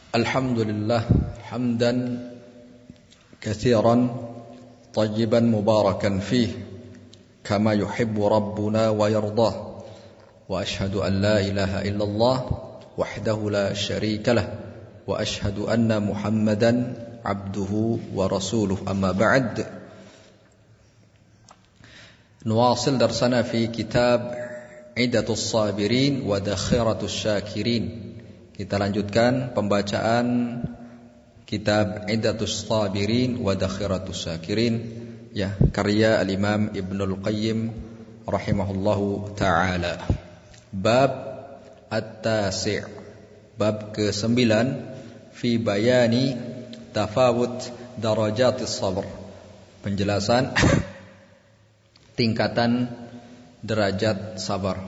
Alhamdulillah hamdan katsiran tayyiban mubarakan fih kama yuhibbu rabbuna wa yardah wa ashhadu an la ilaha illallah wahdahu la syarika lah wa ashhadu anna Muhammadan abduhu wa rasuluh amma ba'd. Nuwasil darsana fi kitab Iddatus Sabirin wa Dakhiratus Syakirin. Kita lanjutkan pembacaan kitab Iddatus Sabirin wa Dakhiratus Syakirin, ya, karya Al-Imam Ibnul Qayyim rahimahullahu ta'ala. Bab At-Tasi', bab ke-9, fi bayani tafawut darajatis sabr, penjelasan tingkatan derajat sabar.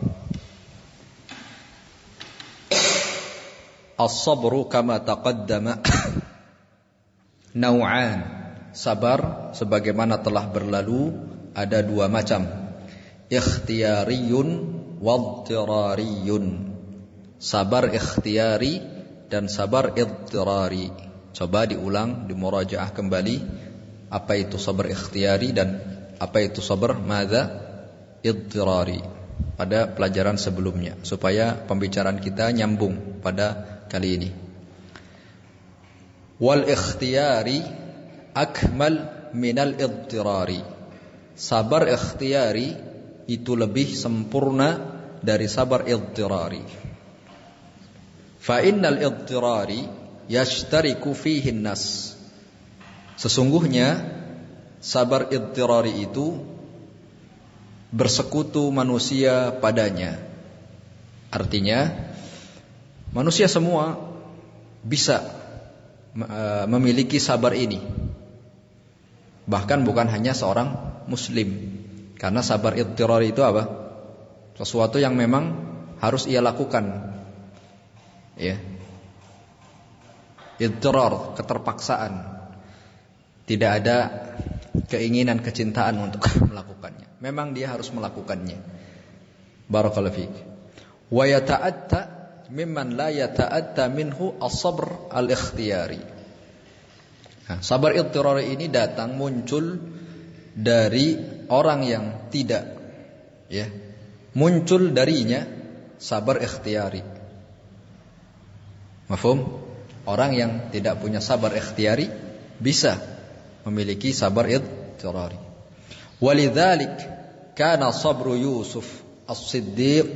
As-sabru kama taqaddama naw'an. Sabar sebagaimana telah berlalu ada dua macam, ikhtiyariyun wadtirariyun. Sabar ikhtiyari dan sabar idtirari. Coba diulang, dimurajaah kembali, apa itu sabar ikhtiyari dan apa itu sabar madza idtirari pada pelajaran sebelumnya, supaya pembicaraan kita nyambung pada kali ini. Wal ikhtiyari akmal minal idtirari. Sabar ikhtiyari itu lebih sempurna dari sabar idtirari. Fa innal idtirari yashtariku fihi nas. Sesungguhnya sabar idtirari itu bersekutu manusia padanya. Artinya manusia semua bisa memiliki sabar ini. Bahkan bukan hanya seorang muslim. Karena sabar idtirari itu apa? Sesuatu yang memang harus ia lakukan. Ya. Idtirar, keterpaksaan. Tidak ada keinginan, kecintaan untuk melakukannya. Memang dia harus melakukannya. Barakallahu fiik. Wa yata'atta mimman la yata'atta minhu as-sabr al-ikhtiyari. Nah, sabar idtirari ini datang muncul dari orang yang tidak, ya, muncul darinya sabar ikhtiyari. Mafhum? Orang yang tidak punya sabar ikhtiyari bisa memiliki sabar idtirari. Walidzalik kana sabru Yusuf as-Siddiq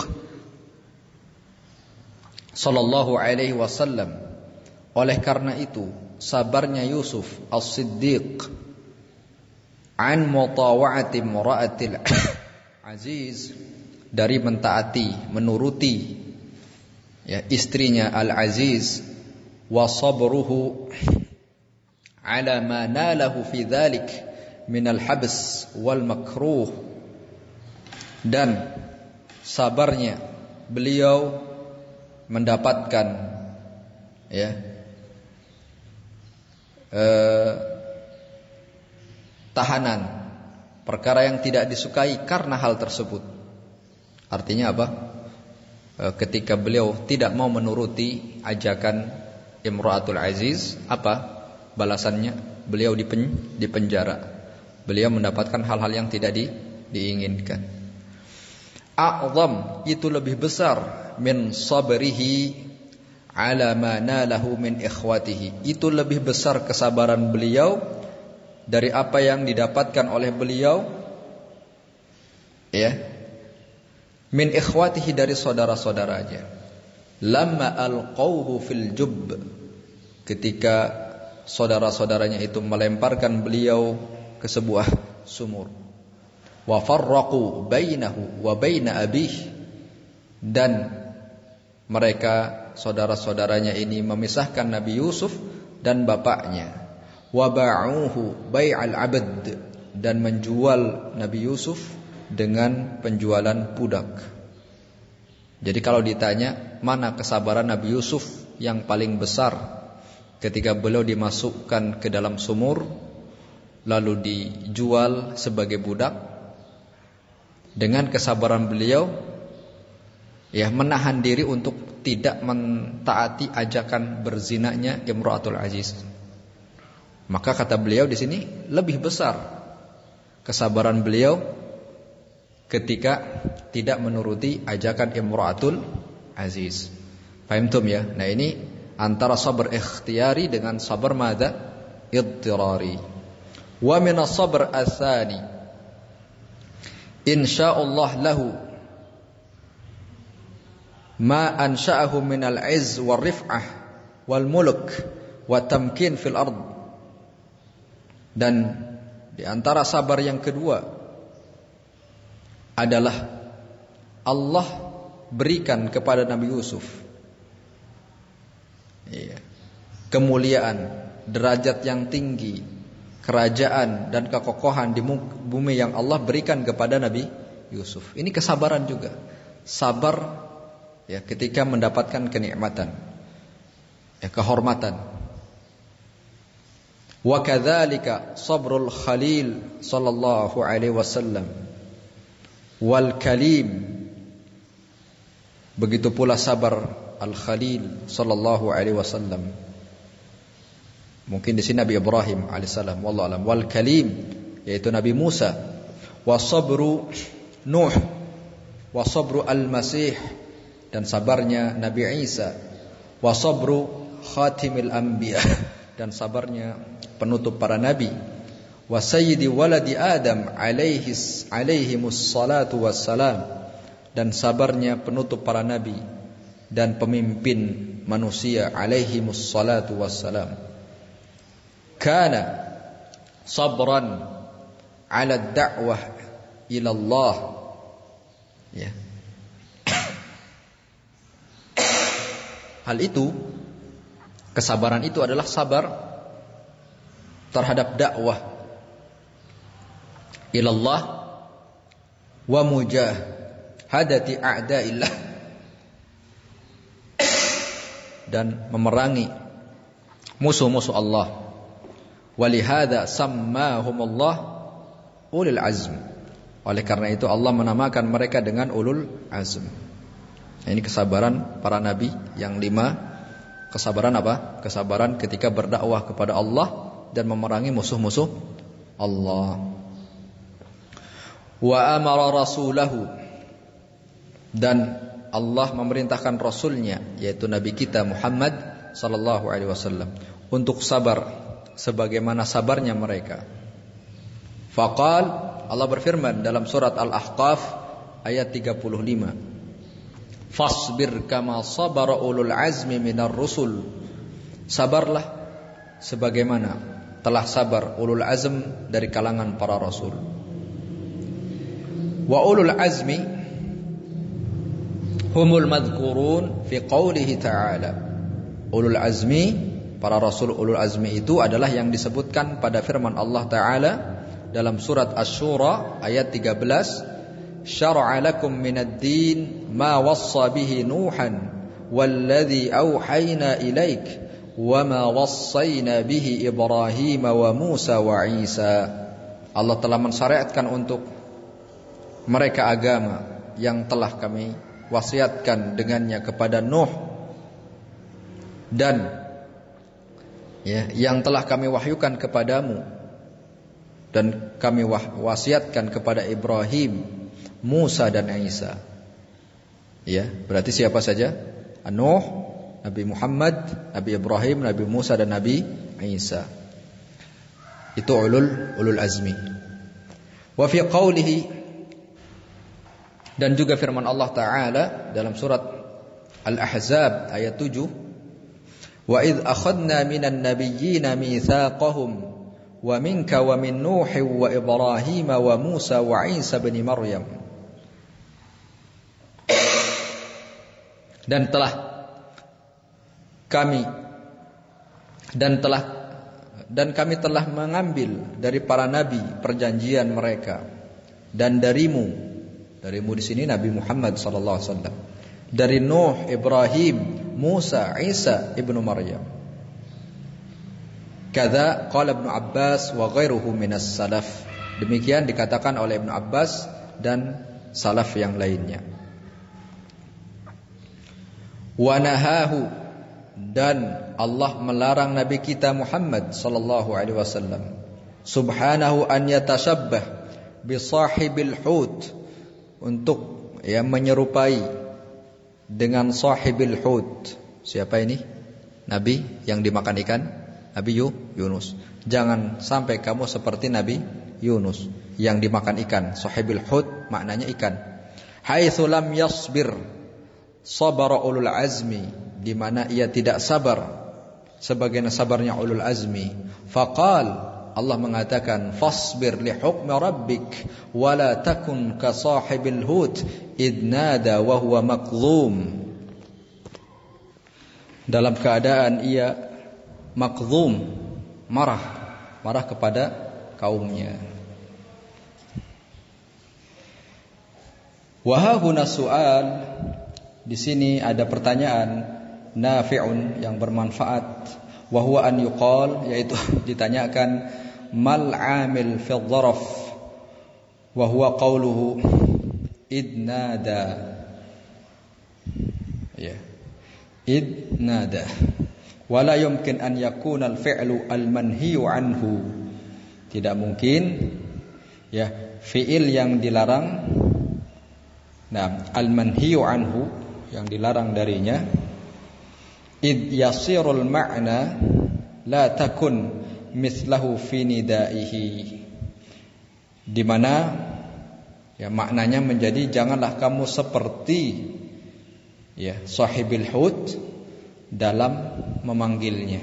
sallallahu alaihi wasallam, oleh karena itu sabarnya Yusuf as-Siddiq an mutawa'ati imra'atil aziz, dari mentaati, menuruti, ya, istrinya al-aziz, wa sabruhu ala ma nalahu fi dzalik min al-habs wal makruh, dan sabarnya beliau mendapatkan, ya, tahanan perkara yang tidak disukai karena hal tersebut. Artinya apa? Ketika beliau tidak mau menuruti ajakan Imra'atul Aziz, apa balasannya? Beliau dipenjara. Beliau mendapatkan hal-hal yang tidak diinginkan. A'zam, itu lebih besar, min sabrihi ala ma nalahu min ikhwatihi. Itu lebih besar kesabaran beliau dari apa yang didapatkan oleh beliau, ya, min ikhwatihi, dari saudara-saudaranya. Lamma alqauhu fil jubb, ketika saudara-saudaranya itu melemparkan beliau ke sebuah sumur. Wa farraqu bainahu wa baina abih, dan mereka saudara-saudaranya ini memisahkan Nabi Yusuf dan bapaknya. Wa ba'uhu bai'al 'abd, dan menjual Nabi Yusuf dengan penjualan budak. Jadi kalau ditanya mana kesabaran Nabi Yusuf yang paling besar ketika beliau dimasukkan ke dalam sumur lalu dijual sebagai budak, dengan kesabaran beliau Ya, menahan diri untuk tidak mentaati ajakan berzinanya Imra'atul Aziz. Maka kata beliau di sini lebih besar kesabaran beliau ketika tidak menuruti ajakan Imra'atul Aziz. Paham tum ya? Nah, ini antara sabar ikhtiyari dengan sabar madza? Idtirari. Wa min as-sabr ats-tsani insyaallah lahu ma ansha'ahu min al-'izz war-rif'ah wal-mulk wa tamkin fil ard. Dan di antara sabar yang kedua adalah Allah berikan kepada Nabi Yusuf kemuliaan, derajat yang tinggi, kerajaan dan kekokohan di bumi yang Allah berikan kepada Nabi Yusuf. Ini kesabaran juga. Sabar ya ketika mendapatkan kenikmatan, ya kehormatan. Wa kadzalika sabrul Khalil sallallahu alaihi wasallam wal Kalim. Begitu pula sabar Al-Khalil sallallahu alaihi wasallam. Mungkin di sini Nabi Ibrahim alaihissalam, wallahu alam. Wal Kalim, yaitu Nabi Musa. Wa sabru Nuh, wa sabru Al-Masih, dan sabarnya Nabi Isa. Wa sabru Khatimil Anbiya, dan sabarnya penutup para nabi. Wa sayyidi waladi Adam alaihimus salatu wassalam, dan sabarnya penutup para nabi dan pemimpin manusia alaihimus salatu wassalam. Kana sabran ala da'wah ila Allah, ya. Hal itu, kesabaran itu adalah sabar terhadap dakwah ila Allah wa mujahadati a'da'illah, dan memerangi musuh-musuh Allah. Walihada sammahumullah ulul azm. Oleh karena itu Allah menamakan mereka dengan ulul azm. Nah, ini kesabaran para nabi yang 5. Kesabaran apa? Kesabaran ketika berdakwah kepada Allah dan memerangi musuh-musuh Allah. Wa amara rasulahu, dan Allah memerintahkan rasulnya, yaitu nabi kita Muhammad sallallahu alaihi wasallam, untuk sabar sebagaimana sabarnya mereka. Faqal, Allah berfirman dalam surat Al-Ahqaf ayat 35, fasbir kama sabara ulul azmi minar rusul. Sabarlah sebagaimana telah sabar ulul azm dari kalangan para rasul. Wa ulul azmi humul madhkurun fi qawlihi ta'ala. Ulul azmi, para rasul ulul azmi itu adalah yang disebutkan pada firman Allah Ta'ala dalam surat Asy-Syura ayat 13, syara'a lakum minad din ma wassa bihi Nuhan walladzi auhayna ilaik wa ma wassayna bihi Ibrahim wa Musa wa Isa. Allah telah mensyariatkan untuk mereka agama yang telah kami wasiatkan dengannya kepada Nuh, dan ya, yang telah kami wahyukan kepadamu dan kami wasiatkan kepada Ibrahim, Musa dan Isa. Ya, berarti siapa saja? Nuh, Nabi Muhammad, Nabi Ibrahim, Nabi Musa dan Nabi Isa. Itu ulul azmi. Wa fi qawlihi, dan juga firman Allah Ta'ala dalam surat Al-Ahzab ayat 7, wa idh akhadna minan nabiyyina mitsaqahum wa minka wa min Nuh wa Ibrahim wa Musa wa Isa bin Maryam. Dan kami telah mengambil dari para nabi perjanjian mereka, dan darimu di sini Nabi Muhammad sallallahu alaihi wasallam, dari Nuh, Ibrahim, Musa, Isa ibnu Maryam. Kadza qala Ibnu Abbas wa ghairuhu minas salaf. Demikian dikatakan oleh Ibnu Abbas dan salaf yang lainnya. Wa nahahu, dan Allah melarang Nabi kita Muhammad sallallahu alaihi wasallam subhanahu an yatashabbah bi sahibil hut, untuk menyerupai dengan sahibil hut. Siapa ini? Nabi yang dimakan ikan, Nabi Yunus. Jangan sampai kamu seperti Nabi Yunus yang dimakan ikan. Sahibil hut maknanya ikan. Haitsu lam yasbir sabara ulul azmi, di mana ia tidak sabar sebagaimana sabarnya ulul azmi. Faqal, Allah mengatakan, fasbir li hukmi rabbik wa la takun ka sahibil hut id nada wa huwa maqdhum. Dalam keadaan ia maqdhum, marah kepada kaumnya. Wa hahuna su'al, di sini ada pertanyaan nafi'un, yang bermanfaat. Wa huwa an yuqal, yaitu ditanyakan, mal amil fi dharaf wa huwa qawluhu id nada. Id nada wa la yumkin an yakuna al fi'lu al manhiyu anhu. Tidak mungkin fi'il yang dilarang, al manhiyu anhu, yang dilarang darinya, id yasirul ma'na la takun mislahu fi nidaihi, di mana maknanya menjadi janganlah kamu seperti sahibil hut dalam memanggilnya.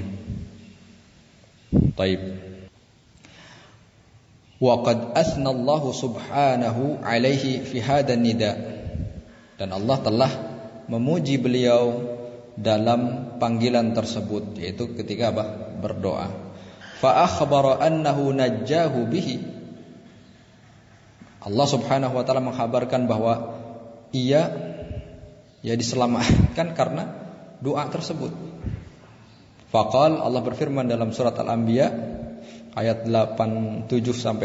Taib. Wa qad athna Allah subhanahu alaihi fi hadan nida, dan Allah telah memuji beliau dalam panggilan tersebut, yaitu ketika berdoa. Fa akhbara annahu najjahu bihi, Allah subhanahu wa ta'ala mengkhabarkan bahwa ia diselamatkan karena doa tersebut. Faqal, Allah berfirman dalam surat Al-Anbiya ayat 87 sampai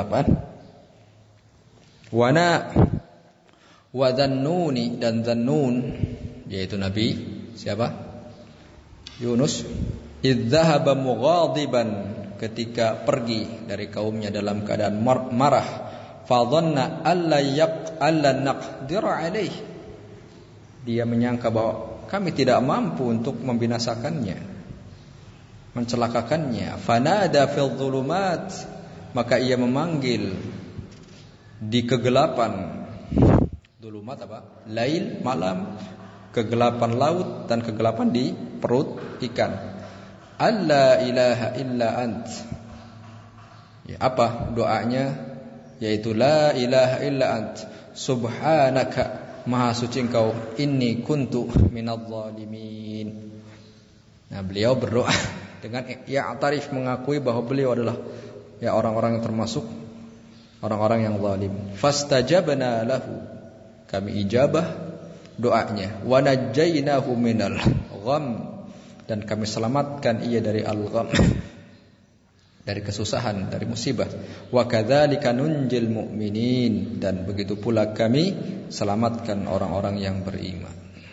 88. Wana wa dhannuni, dan Dhannun yaitu Nabi siapa? Yunus. Idh dhahaba mughadiban, ketika pergi dari kaumnya dalam keadaan marah. Fa dhanna alla naqdira alaih, dia menyangka bahwa kami tidak mampu untuk membinasakannya, mencelakakannya. Fanada fil dhulumat, maka ia memanggil di kegelapan. Dhulumat apa? Lail, malam, kegelapan laut dan kegelapan di perut ikan. Alla ilaha illa ant. Apa doanya? Yaitu la ilaha illa ant, subhanaka, maha suci engkau, inni kuntu minadh dhalimin. Nah, beliau berdoa dengan ya'tarif, mengakui bahwa beliau adalah orang-orang yang termasuk orang-orang yang zalim. Fastajabna lahu, kami ijabah doanya. Wa najjaynahu minal gham, dan kami selamatkan ia dari al-gham, dari kesusahan, dari musibah. Wa kadzalika nunjil mu'minin, dan begitu pula kami selamatkan orang-orang yang beriman.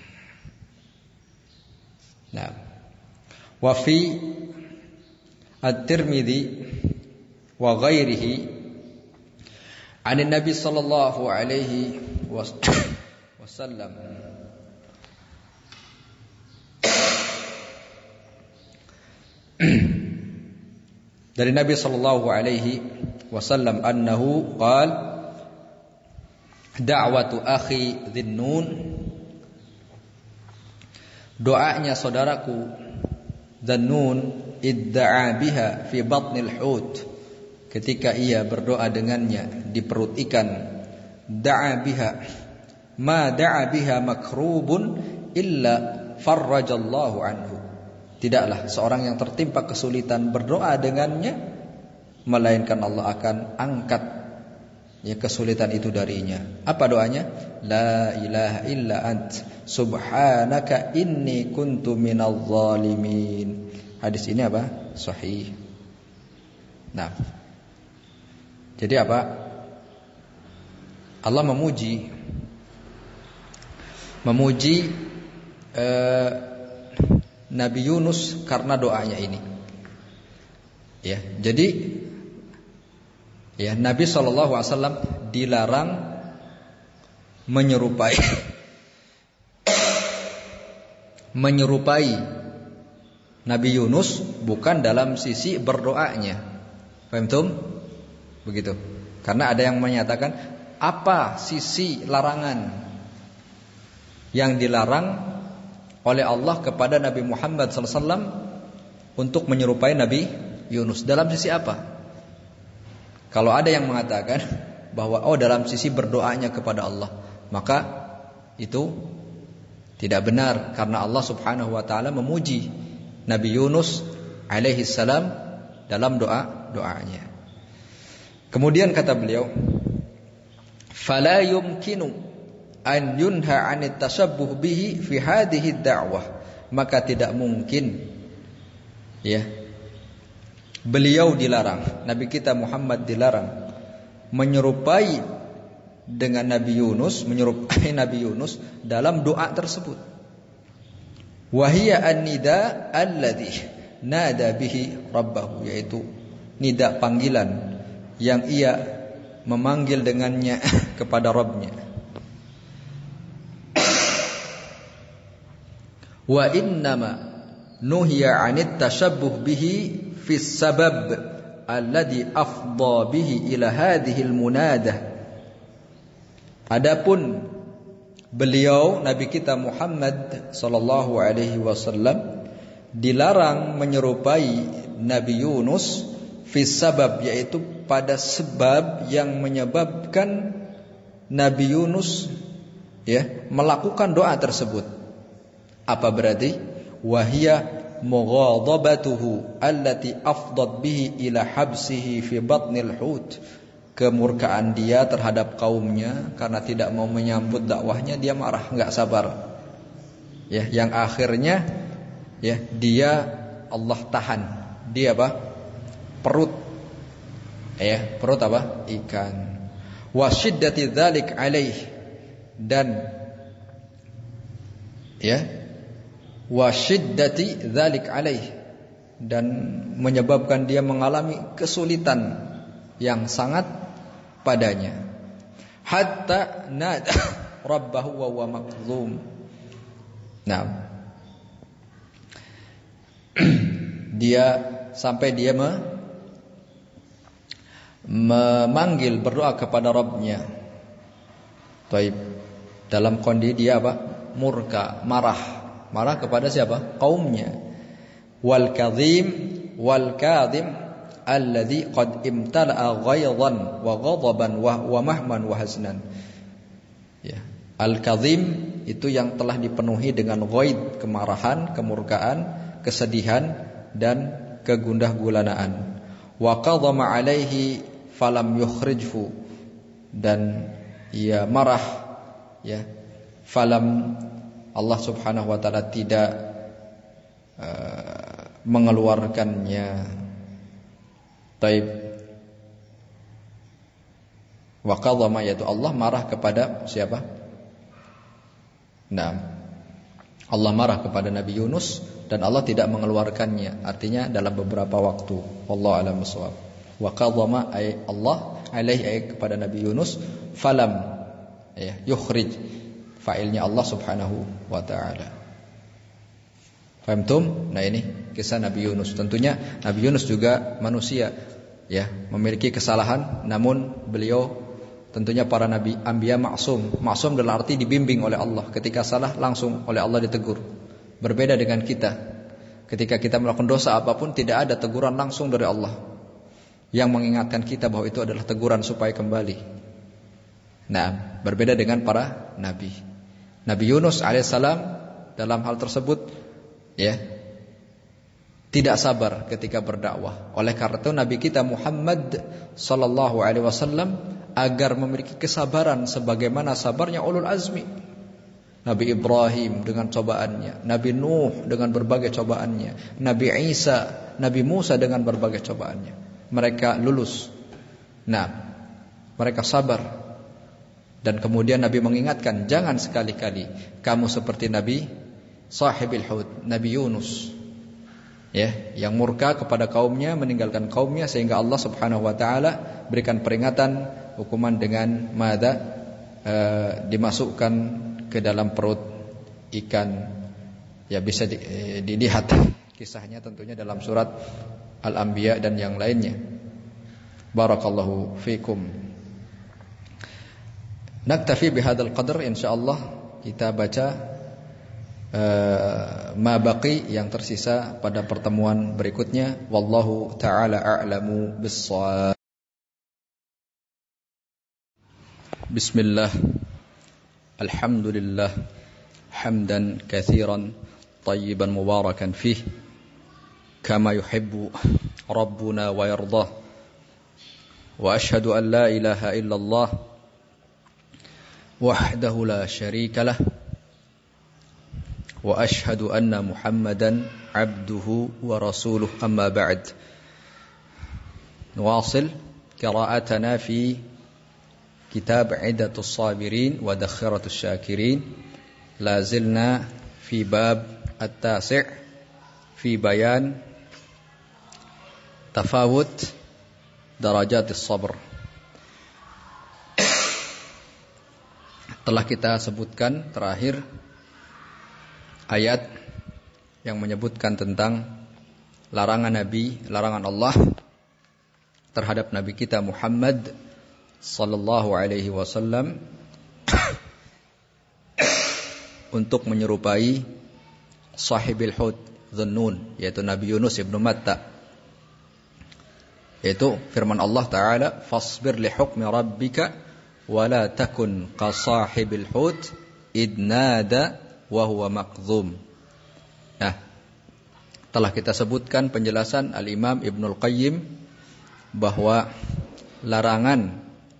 Nah, wa fi at-Tirmidzi wa ghairihi an Nabi sallallahu alaihi wasallam dari Nabi sallallahu alaihi wasallam annahu qala da'watu akhi Dhinnun, doanya saudaraku Dhannun, idda'a biha fi batnil hut, ketika ia berdoa dengannya di perut ikan. Da'a biha ma da'a biha makrubun illa farrajallahu anhu, tidaklah seorang yang tertimpa kesulitan berdoa dengannya melainkan Allah akan angkat kesulitan itu darinya. Apa doanya? La ilaha illa ant, subhanaka inni kuntu minadh dhalimin. Hadis ini apa? Sahih. Nah, jadi apa? Allah memuji Nabi Yunus karena doanya ini. Ya, jadi ya, Nabi SAW dilarang menyerupai Nabi Yunus bukan dalam sisi berdoanya. Paham tum? Begitu. Karena ada yang menyatakan apa sisi larangan yang dilarang oleh Allah kepada Nabi Muhammad SAW untuk menyerupai Nabi Yunus, dalam sisi apa? Kalau ada yang mengatakan bahwa dalam sisi berdoanya kepada Allah, maka itu tidak benar, karena Allah Subhanahu wa taala memuji Nabi Yunus alaihi salam dalam doanya. Kemudian kata beliau, fala yumkinu an yunha 'anit tashabbuh bihi fi hadhihi ad-da'wah, maka tidak mungkin ya beliau dilarang, Nabi kita Muhammad dilarang menyerupai dengan Nabi Yunus, menyerupai Nabi Yunus dalam doa tersebut. Wahia an-nida alladhi nada bihi rabbahu, yaitu nida panggilan yang ia memanggil dengannya kepada Rabbnya. Wa innama nuhiya 'anit tashabbuh bihi fi sabab alladhi afdha bihi ila hadhihi al-munadah. Adapun beliau Nabi kita Muhammad sallallahu alaihi wasallam dilarang menyerupai Nabi Yunus fi sabab, yaitu pada sebab yang menyebabkan Nabi Yunus ya melakukan doa tersebut. Apa berarti? Wahia mughadabatuhu allati afdat bihi ila habsihi fi batnil hut, kemurkaan dia terhadap kaumnya karena tidak mau menyambut dakwahnya, dia marah, enggak sabar. Ya, yang akhirnya ya dia Allah tahan. Dia apa? Perut. Ya, perut apa? Ikan. Wa syiddati dzalik alaih, dan ya wa syiddati dzalik alaih, dan menyebabkan dia mengalami kesulitan yang sangat padanya. Hatta nada rabbahu wa huwa makzum. Nah, dia sampai dia memanggil, berdoa kepada Rabbnya. Taib. Dalam kondisi dia apa? Murka, marah kepada siapa? Kaumnya. Wal kadhim alladhi qad imtala'a ghaydan wa ghadaban wa mahman wa haznan. Ya. Al-kadhim itu yang telah dipenuhi dengan ghaid, kemarahan, kemurkaan, kesedihan dan kegundah gulanaan. Wa qadama alaihi falam yukhrijhu, dan ia marah ya, falam, Allah Subhanahu wa taala tidak mengeluarkannya. Taib. Wa qadama, yaitu Allah marah kepada siapa? Nah, Allah marah kepada Nabi Yunus dan Allah tidak mengeluarkannya, artinya dalam beberapa waktu. Wallahu a'lam bishawab. Wa qadama ay Allah alaihi, ay kepada Nabi Yunus, falam ya yukhrij, fa'ilnya Allah Subhanahu wa taala. Fahamtum? Nah, ini kisah Nabi Yunus. Tentunya Nabi Yunus juga manusia ya, memiliki kesalahan, namun beliau tentunya para nabi anbiya maksum. Maksum dalam arti dibimbing oleh Allah. Ketika salah langsung oleh Allah ditegur. Berbeda dengan kita. Ketika kita melakukan dosa apapun, tidak ada teguran langsung dari Allah yang mengingatkan kita bahwa itu adalah teguran supaya kembali. Nah, berbeda dengan para nabi. Nabi Yunus alaihissalam dalam hal tersebut ya tidak sabar ketika berdakwah. Oleh karena itu Nabi kita Muhammad sallallahu alaihi wasallam agar memiliki kesabaran sebagaimana sabarnya ulul azmi. Nabi Ibrahim dengan cobaannya, Nabi Nuh dengan berbagai cobaannya, Nabi Isa, Nabi Musa dengan berbagai cobaannya. Mereka lulus. Nah, mereka sabar. Dan kemudian Nabi mengingatkan, jangan sekali-kali kamu seperti Nabi sahibil hud, Nabi Yunus, ya, yang murka kepada kaumnya, meninggalkan kaumnya, sehingga Allah Subhanahu wa taala berikan peringatan, hukuman dengan dimasukkan ke dalam perut ikan. Ya, bisa dilihat kisahnya tentunya dalam surat Al-Anbiya dan yang lainnya. Barakallahu fikum. Naktafi bihadzal qadar, insyaallah kita baca ma baqi yang tersisa pada pertemuan berikutnya. Wallahu taala a'lamu bis-shawab. Bismillah. Alhamdulillah hamdan katsiran tayyiban mubarakan fih kama yuhibbu rabbuna wa yardah. Wa ashhadu an la ilaha illallah wahdahu la syarika lah wa ashhadu anna Muhammadan abduhu wa rasuluh, amma ba'd. Nuwasil qira'atana fi kitab Iddatus Sabirin wa Dakhiratus Syakirin. La zilna fi bab at-tasi' fi bayan tafawut darajatis sabr. Telah kita sebutkan terakhir ayat yang menyebutkan tentang larangan Nabi, larangan Allah terhadap Nabi kita Muhammad sallallahu alaihi wasallam untuk menyerupai sahibil hud Dhunnun, yaitu Nabi Yunus ibnu Matta. Yaitu firman Allah Ta'ala, fasbir li hukmi rabbika wa la takun ka sahibil hud id nada wa huwa maqdhum. Nah, telah kita sebutkan penjelasan Al-Imam Ibnul Qayyim bahwa larangan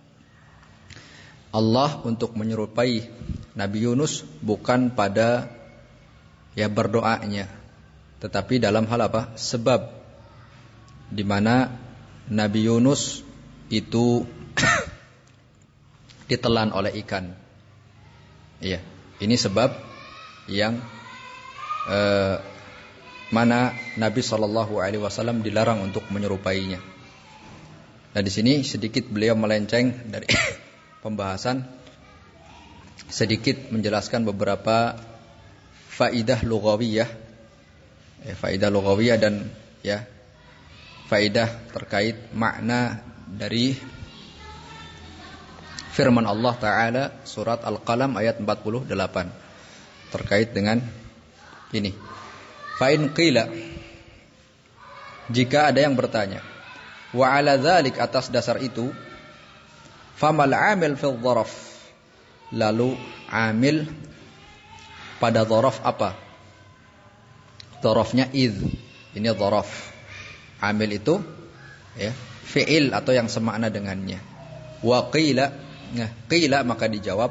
Allah untuk menyerupai Nabi Yunus bukan pada berdoanya, tetapi dalam hal apa? Sebab di mana Nabi Yunus itu ditelan oleh ikan. Iya, ini sebab yang mana Nabi SAW dilarang untuk menyerupainya. Nah, di sini sedikit beliau melenceng dari pembahasan, sedikit menjelaskan beberapa faidah lughawiyah, faidah lughawiyah dan faidah terkait makna dari firman Allah Ta'ala surat Al-Qalam ayat 48 terkait dengan ini. Fa'in qila, jika ada yang bertanya, wa ala dzalik, atas dasar itu, famal amil fil dzaraf, lalu amil pada dzaraf apa? Dzarafnya id. Ini dzaraf. Amil itu fi'il atau yang semakna dengannya. Wa qila, qila maka dijawab,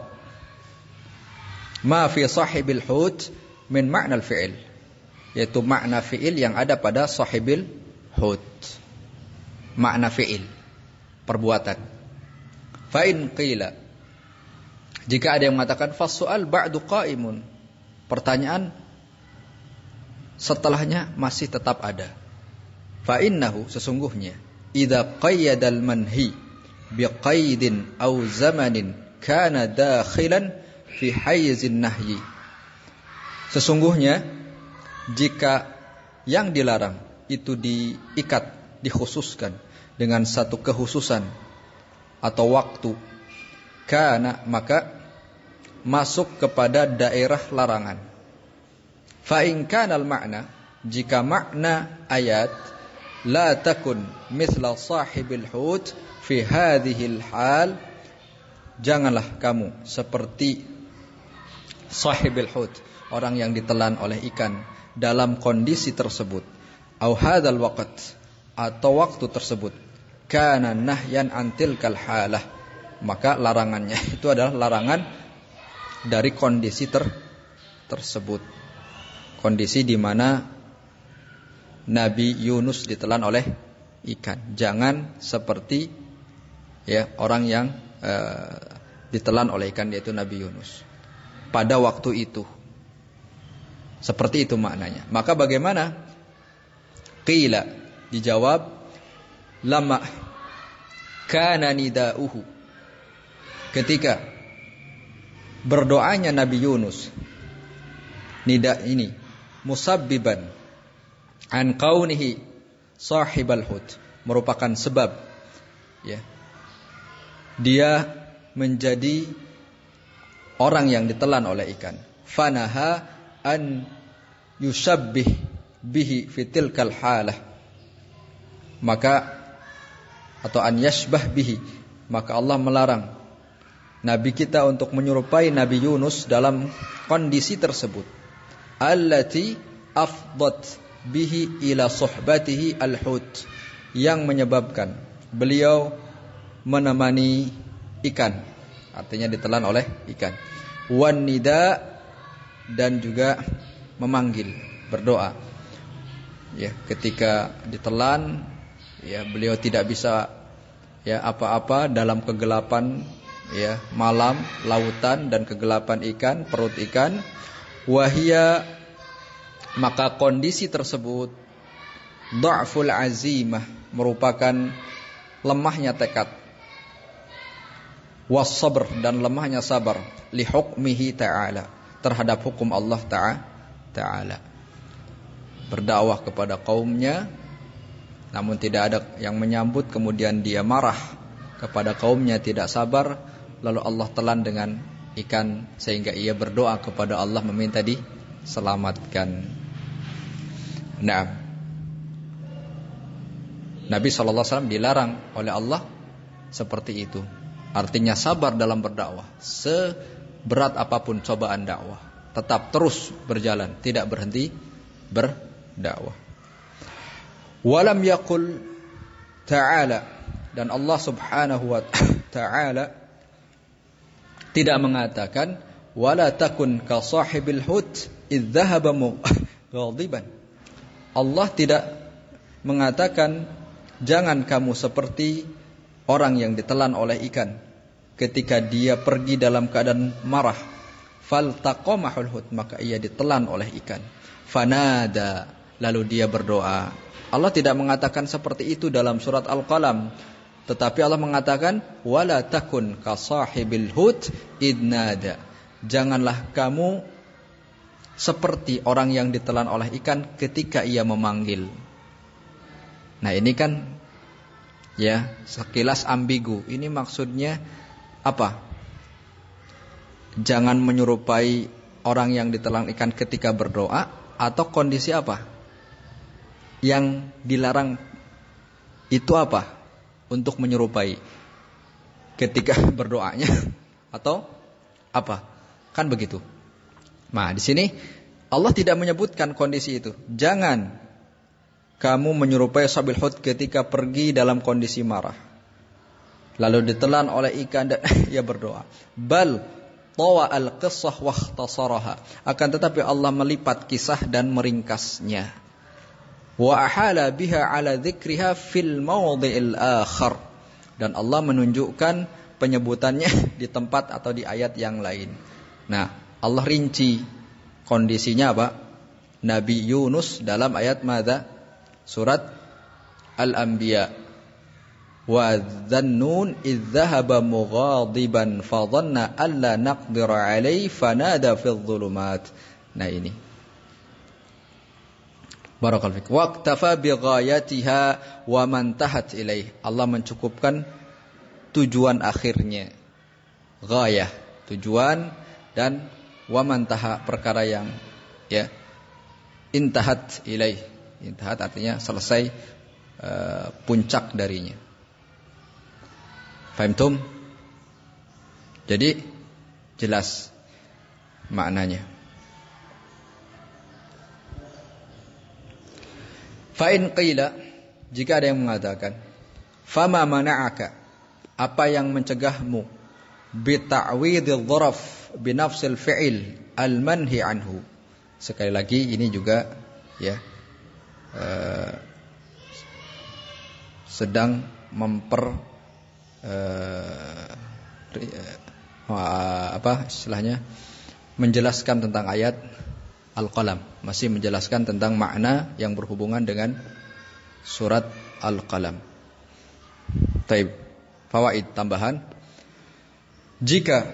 ma fi sahibil hut min makna al-fi'il, yaitu makna fi'il yang ada pada sahibil hut. Makna fi'il, perbuatan. Fa in qila, jika ada yang mengatakan fas-su'al ba'du qa'imun, pertanyaan setelahnya masih tetap ada. Fa innahu, sesungguhnya, idza qayyadal manhi biqaidin aw zamanin kana dakhilan fi hayzin nahyi. Sesungguhnya jika yang dilarang itu diikat, dikhususkan dengan satu kekhususan atau waktu, kana maka masuk kepada daerah larangan. Fa in kana al makna, jika makna ayat la takun mithla sahibil hut fi hadhil hal, janganlah kamu seperti sahibil hut, orang yang ditelan oleh ikan dalam kondisi tersebut, au hadzal waqt, atau waktu tersebut, kana nahyan antil kal halah, maka larangannya itu adalah larangan dari kondisi tersebut, kondisi di mana Nabi Yunus ditelan oleh ikan. Jangan seperti orang yang ditelan oleh ikan, yaitu Nabi Yunus pada waktu itu. Seperti itu maknanya. Maka bagaimana? Qila, dijawab, lama kana nida'uhu, ketika berdoanya Nabi Yunus, nida ini musabbiban an kaunihi sahibal hut, merupakan sebab ya dia menjadi orang yang ditelan oleh ikan. Fanaha an yusabbih bihi fitilkal halah, maka atau an yashbah bihi, maka Allah melarang Nabi kita untuk menyerupai Nabi Yunus dalam kondisi tersebut. Allati afdat bihi ila suhbatihi al-hut, yang menyebabkan beliau menemani ikan, artinya ditelan oleh ikan. Wan nida, dan juga memanggil, berdoa. Ya, ketika ditelan, ya beliau tidak bisa ya apa-apa dalam kegelapan ya malam, lautan dan kegelapan ikan, perut ikan. Wahia, maka kondisi tersebut dha'ful azimah, merupakan lemahnya tekad, was sabr, dan lemahnya sabar, li hukmihi ta'ala, terhadap hukum Allah ta'ala. Berdakwah kepada kaumnya, namun tidak ada yang menyambut, kemudian dia marah kepada kaumnya, tidak sabar, lalu Allah telan dengan ikan, sehingga ia berdoa kepada Allah meminta diselamatkan. Nah, Nabi SAW dilarang oleh Allah seperti itu. Artinya sabar dalam berdakwah, seberat apapun cobaan dakwah, tetap terus berjalan, tidak berhenti berdakwah. Walam yaqul ta'ala, dan Allah Subhanahu wa ta'ala tidak mengatakan wala takun ka sahibil hut idz dhahaba mughadiban. Allah tidak mengatakan jangan kamu seperti orang yang ditelan oleh ikan ketika dia pergi dalam keadaan marah. Faltaqamahul hut, maka ia ditelan oleh ikan. Fanada, lalu dia berdoa. Allah tidak mengatakan seperti itu dalam surat Al-Qalam, tetapi Allah mengatakan wala takun ka sahibil hut idnada, janganlah kamu seperti orang yang ditelan oleh ikan ketika ia memanggil. Nah, ini kan ya sekilas ambigu. Ini maksudnya apa? Jangan menyerupai orang yang ditelan ikan ketika berdoa, atau kondisi apa? Yang dilarang itu apa? Untuk menyerupai ketika berdoanya atau apa? Kan begitu. Nah, di sini Allah tidak menyebutkan kondisi itu. Jangan kamu menyerupai sabil hut ketika pergi dalam kondisi marah, lalu ditelan oleh ikan dan ia berdoa. Bal tawa al-qissah wa ikhtasaraha, akan tetapi Allah melipat kisah dan meringkasnya. Wa ahala biha ala dzikriha fil mawdhi'il akhar, dan Allah menunjukkan penyebutannya di tempat atau di ayat yang lain. Nah, Allah rinci kondisinya apa? Nabi Yunus dalam ayat madza? Surat Al-Anbiya. Wa dzannun idz dzahaba mughadiban fa dhanna alla naqdira alaihi fanada fil dhulumat. Nah, ini barakallahu fik. Waqtafa bi ghayatiha wa man tahat ilaih. Allah mencukupkan tujuan akhirnya. Ghayah, tujuan, dan wa man taha, perkara yang ya intahat ilaih. Intahat artinya selesai, puncak darinya. Fahimtum? Jadi jelas maknanya. Fa in qila, jika ada yang mengatakan, fama mana'aka, apa yang mencegahmu, bi ta'widil dzaraf bi nafsil fi'il al manhi anhu. Sekali lagi ini juga ya sedang menjelaskan tentang ayat Al-Qalam. Masih menjelaskan tentang makna yang berhubungan dengan surat Al-Qalam. Taib. Fawaid tambahan. Jika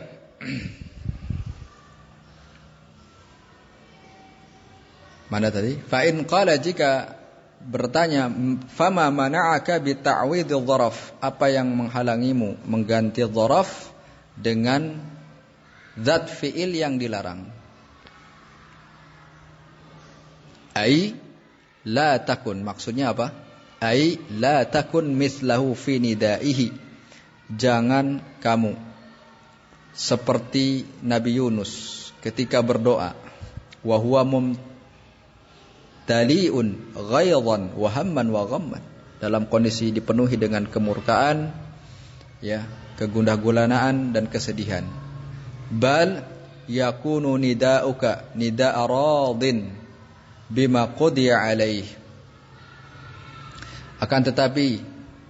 mana tadi? Fa in qala, jika bertanya, fama mana'aka bi ta'widil dzaraf, apa yang menghalangimu mengganti dzaraf dengan zat fi'il yang dilarang? Ai la takun, maksudnya apa? Ai la takun mislahu fi nidaihi, jangan kamu seperti Nabi Yunus ketika berdoa, wa huwa mumtali'un ghaidhan wa hamman wa ghamman, dalam kondisi dipenuhi dengan kemurkaan, ya, kegundah-gulanaan dan kesedihan. Bal yakunu nida'uka nida'a radin bima qudiya alaih, akan tetapi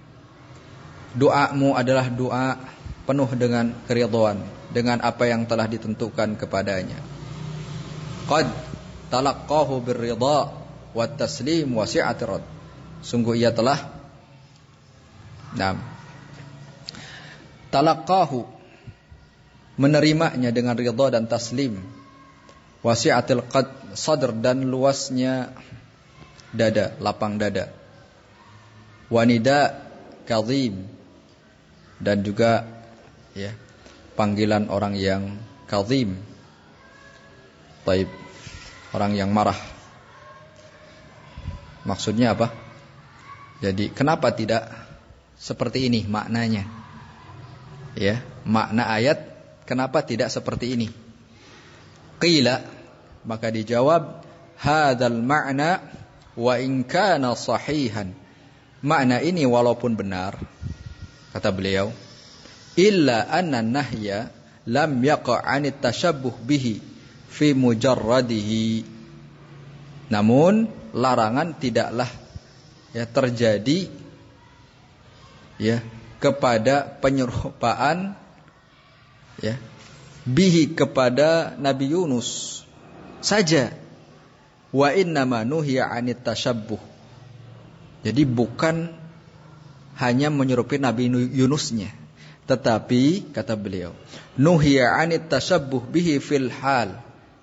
doamu adalah doa penuh dengan keridhaan, dengan apa yang telah ditentukan kepadanya. Qad talaqqahu birridha wat taslim wa si'ati rad, sungguh ia telah talaqqahu, menerimanya dengan ridha dan taslim, wasi'atil sadr, dan luasnya dada, lapang dada, wanida kadhim, dan juga, ya, panggilan orang yang kadhim. Taib, orang yang marah. Maksudnya apa? Jadi kenapa tidak seperti ini maknanya? Ya, makna ayat kenapa tidak seperti ini? Qila, maka dijawab, hadzal ma'na wa in kana sahihan, makna ini walaupun benar, kata beliau, illa anna nahya lam yaqa' 'anit tashabbuh bihi fi mujarradihi, namun larangan tidaklah, ya, terjadi, ya, kepada penyerupaan, ya, bihi, kepada Nabi Yunus saja. Wa innama nuhiya 'anit tashabbuh, jadi bukan hanya menyerupai Nabi Yunusnya, tetapi kata beliau, nuhiya 'anit tashabbuh bihi fil hal,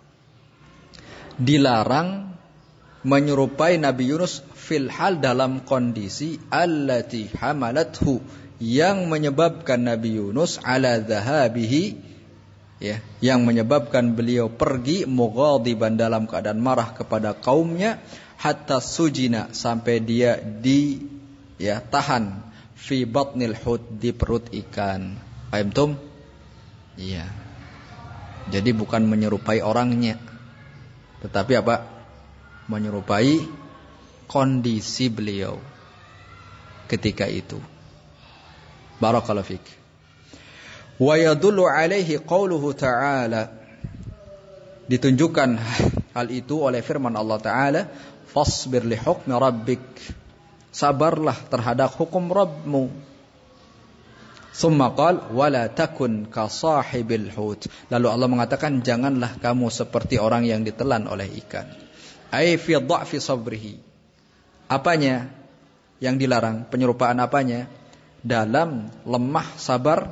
dilarang menyerupai Nabi Yunus fil hal, dalam kondisi allati hamalathu, yang menyebabkan Nabi Yunus ala dhahabihi, ya, yang menyebabkan beliau pergi mughadiban, dalam keadaan marah kepada kaumnya, hatta sujina, sampai dia tahan, fi batnil hut, di perut ikan. Paham tum? Iya. Jadi bukan menyerupai orangnya, tetapi apa? Menyerupai kondisi beliau ketika itu. Barakallahu fik. Wa yadullu alaihi qauluhu ta'ala, ditunjukkan hal itu oleh firman Allah Ta'ala, fasbir li hukmi rabbik, sabarlah terhadap hukum Rabbmu. Summa qala wala takun ka sahibil hut, lalu Allah mengatakan janganlah kamu seperti orang yang ditelan oleh ikan. Ai fi dha'fi sabrihi, apanya yang dilarang, penyerupaan apanya? Dalam lemah sabar,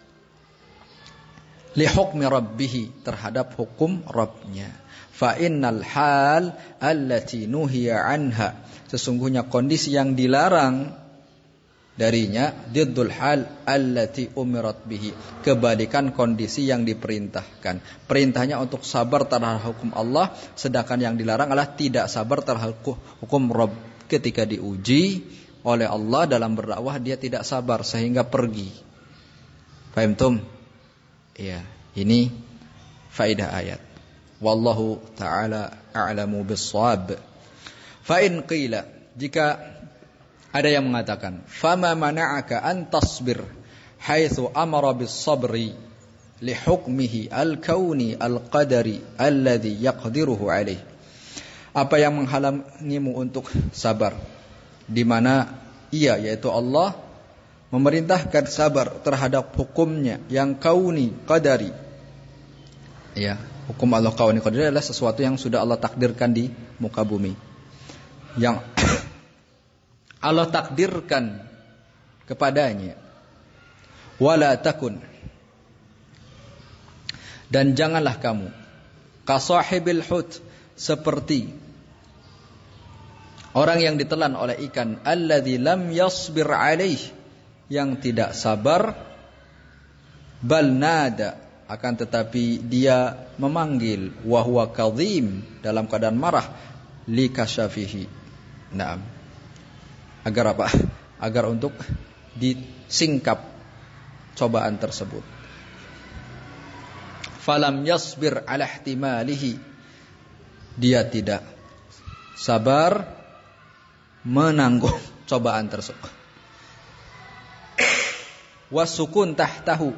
li hukmi rabbih, terhadap hukum Rabbnya. Fa innal hal allati nuhiya anha, sesungguhnya kondisi yang dilarang darinya, diddul hal allati umirat bihi, kebalikan kondisi yang diperintahkan. Perintahnya untuk sabar terhadap hukum Allah, sedangkan yang dilarang adalah tidak sabar terhadap hukum Rabb. Ketika diuji oleh Allah dalam berdakwah, dia tidak sabar sehingga pergi. Faham tum? Iya, ini faedah ayat. Wallahu ta'ala a'lamu bis-shawab. Fa in qila, jika ada yang mengatakan, fama mana'aka an tasbir haitsu amara bis-sabri li hukmihi al-kauni al-qadari alladhi yaqdiruhu alaih. Apa yang menghalangimu untuk sabar, di mana ia, yaitu Allah, memerintahkan sabar terhadap hukumnya yang kauni, qadari, ya, Hukum Allah kauni qadir adalah sesuatu yang sudah Allah takdirkan di muka bumi. Yang Allah takdirkan kepadanya. Wala takun. Dan janganlah kamu kasahibil hut, seperti orang yang ditelan oleh ikan, alladzi lam yasbir alaih, yang tidak sabar, bal nada, akan tetapi dia memanggil, wa huwa kadhim, dalam keadaan marah, li kasyafihi. Naam. Agar apa? Agar untuk disingkap cobaan tersebut. Falam yasbir ala ihtimalihi, dia tidak sabar menanggung cobaan tersebut. Wasukun tahtahu,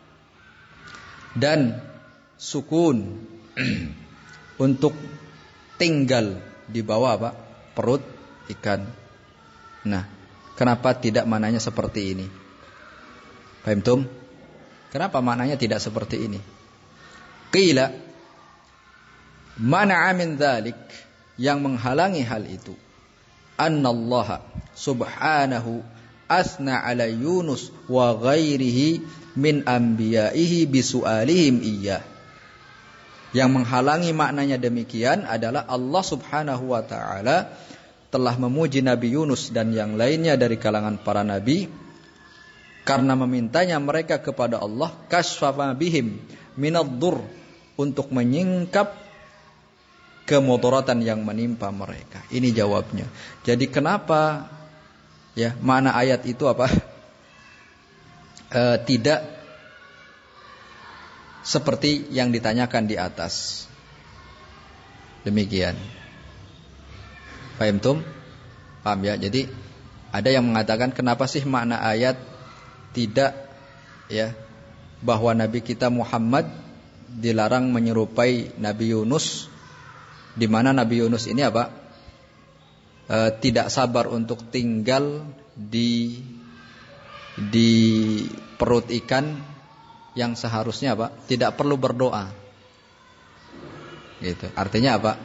dan sukun untuk tinggal di bawah apa? Perut ikan. Nah, kenapa tidak maknanya seperti ini? Paham tum? Kenapa maknanya tidak seperti ini? Qila mana'a min dzalik, yang menghalangi hal itu, annallaha subhanahu asna ala Yunus wa ghairihi min anbiya'ihi bisu'alihim iyyah. Yang menghalangi maknanya demikian adalah Allah subhanahu wa ta'ala telah memuji Nabi Yunus dan yang lainnya dari kalangan para nabi karena memintanya mereka kepada Allah kasfafa bihim minaddur, untuk menyingkap kemudaratan yang menimpa mereka. Ini jawabnya. Jadi kenapa ya makna ayat itu apa? Tidak seperti yang ditanyakan di atas. Demikian. Paham tum? Paham ya? Jadi ada yang mengatakan kenapa sih makna ayat tidak ya bahwa Nabi kita Muhammad dilarang menyerupai Nabi Yunus, di mana Nabi Yunus ini apa? Tidak sabar untuk tinggal di perut ikan yang seharusnya apa? Tidak perlu berdoa. Gitu. Artinya apa?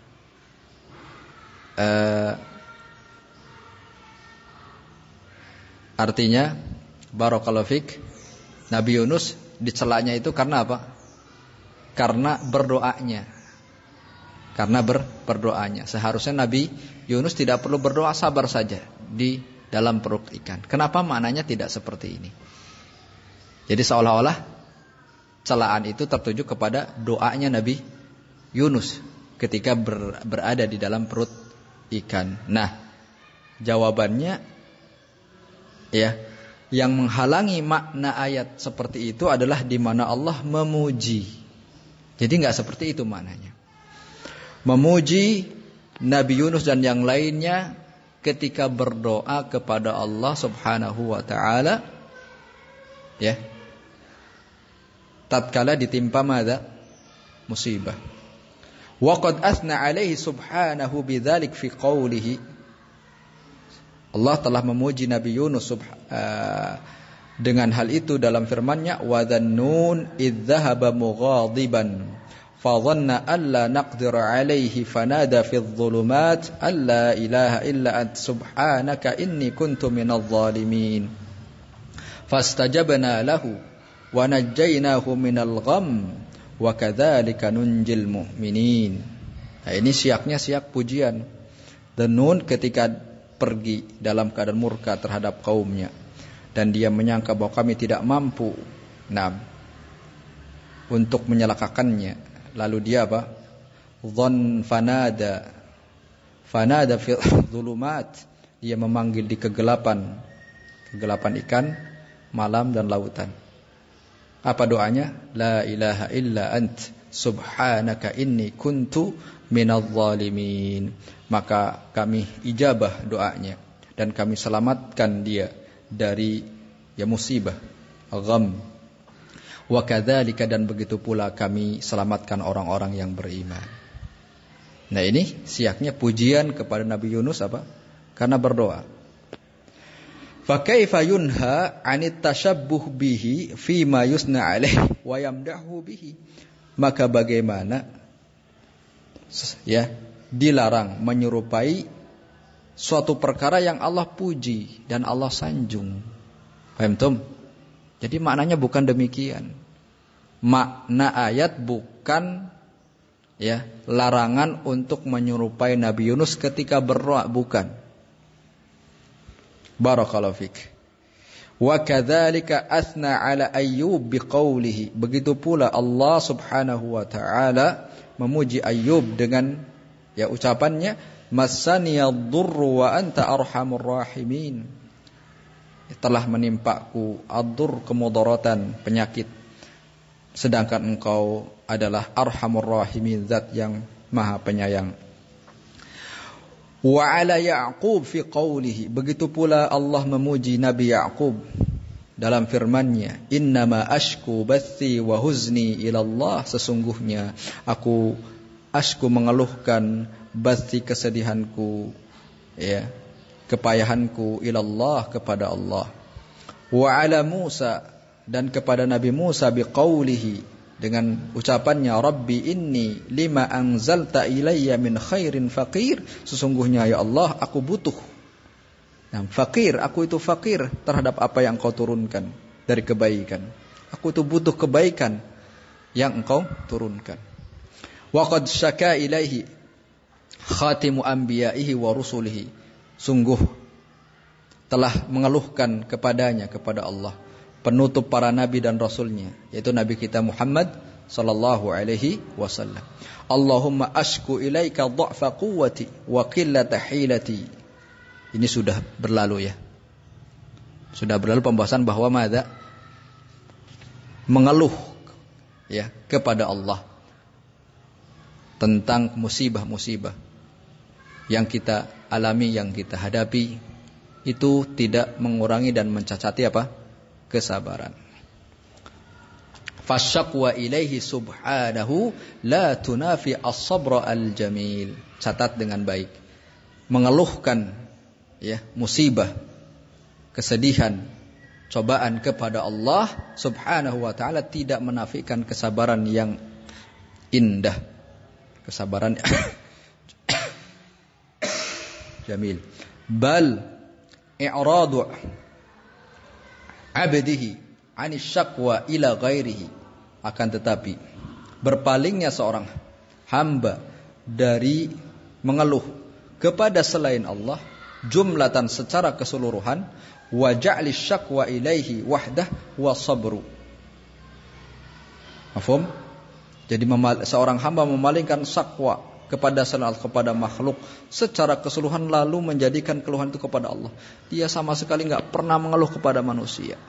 Artinya barakallahu fik, Nabi Yunus dicelanya itu karena apa? Karena berdoanya. Karena berdoanya. Seharusnya Nabi Yunus tidak perlu berdoa, sabar saja di dalam perut ikan. Kenapa maknanya tidak seperti ini? Jadi seolah-olah celaan itu tertuju kepada doanya Nabi Yunus ketika berada di dalam perut ikan. Nah, jawabannya ya, yang menghalangi makna ayat seperti itu adalah di mana Allah memuji. Jadi enggak seperti itu maknanya. Memuji Nabi Yunus dan yang lainnya ketika berdoa kepada Allah Subhanahu wa taala ya. Tatkala ditimpa madza? Musibah. Wa qad asna alaihi subhanahu bidzalik fi qawlihi. Allah telah memuji Nabi Yunus dengan hal itu dalam firman-Nya, wa dzannun idz dzahaba mughadiban fa dhanna alla naqdir alaihi fanada fi adh-dhulumat alla ilaha illa ant subhanaka inni kuntu minadh dhalimin fastajabna lahu wa najjaynahu minal gham wa kadzalika nunjil mu'minin. Nah, ini siaknya siak pujian. Dzannun ketika pergi dalam keadaan murka terhadap kaumnya dan dia menyangka bahwa kami tidak mampu untuk menyelakakannya, lalu dia apa? Dhann fanada fi dhulumat, dia memanggil di kegelapan ikan, malam dan lautan. Apa doanya? La ilaha illa ant subhanaka inni kuntu minadh dhalimin. Maka kami ijabah doanya dan kami selamatkan dia dari musibah, gham. Wa kadzalika, dan begitu pula kami selamatkan orang-orang yang beriman. Nah, ini siaknya pujian kepada Nabi Yunus apa? Karena berdoa. Fa kaifa yunha 'anit tashabbuh bihi fi ma yusna 'alaihi wa yamdahu bihi. maka bagaimana ya dilarang menyerupai suatu perkara yang Allah puji dan Allah sanjung. Paham tum? Jadi maknanya bukan demikian. Makna ayat bukan ya larangan untuk menyerupai Nabi Yunus ketika berdoa, bukan. Barakallahu fik. Wa kadzalika athna ala Ayyub biqaulihi. Begitu pula Allah Subhanahu wa taala memuji Ayyub dengan ya ucapannya, massaniyad-durru wa anta arhamur rahimin. Telah menimpaku ad-dur, kemudaratan, penyakit, sedangkan engkau adalah arhamur rahimin, zat yang maha penyayang. Wa ala Ya'qub fi qawlihi. Begitu pula Allah memuji Nabi Ya'qub dalam firman-Nya, innama ashku bathi wa huzni ila Allah. Sesungguhnya aku mengeluhkan bathi, kesedihanku ya, kepayahanku ilallah, kepada Allah. Wa ala Musa, dan kepada Nabi Musa biqaulihi, dengan ucapannya, Rabbi inni lima anzalta ilayya min khairin faqir. Sesungguhnya ya Allah, aku butuh. Nah, fakir, aku itu fakir terhadap apa yang Engkau turunkan dari kebaikan. Aku itu butuh kebaikan yang Engkau turunkan. Wa qad syaka ilaihi khatimu anbiya'ihi wa rusulihi. Sungguh telah mengeluhkan kepadanya, kepada Allah, penutup para nabi dan rasulnya, yaitu Nabi kita Muhammad sallallahu alaihi wasallam. Allahumma ashku ilaika dha'fa quwwati wa qillata hilati. Ini sudah berlalu ya. Sudah berlalu pembahasan bahwa madza? Mengeluh ya kepada Allah tentang musibah-musibah yang kita alami, yang kita hadapi, itu tidak mengurangi dan mencacati apa? Kesabaran. Fasyaqwa ilaihi subhanahu la tunafi as-sabra al-jamil. Catat dengan baik. Mengeluhkan ya musibah, kesedihan, cobaan kepada Allah Subhanahu wa taala tidak menafikan kesabaran yang indah. Kesabaran jamil. Bal i'radu abdihi anis syakwa ila ghairihi. Akan tetapi berpalingnya seorang hamba dari mengeluh kepada selain Allah jumlatan, secara keseluruhan, wa ja'li syakwa ilaihi wahdah wa sabru. Mafhum? Jadi seorang hamba memalingkan syakwa kepada makhluk secara keseluruhan, lalu menjadikan keluhan itu kepada Allah. Dia sama sekali enggak pernah mengeluh kepada manusia.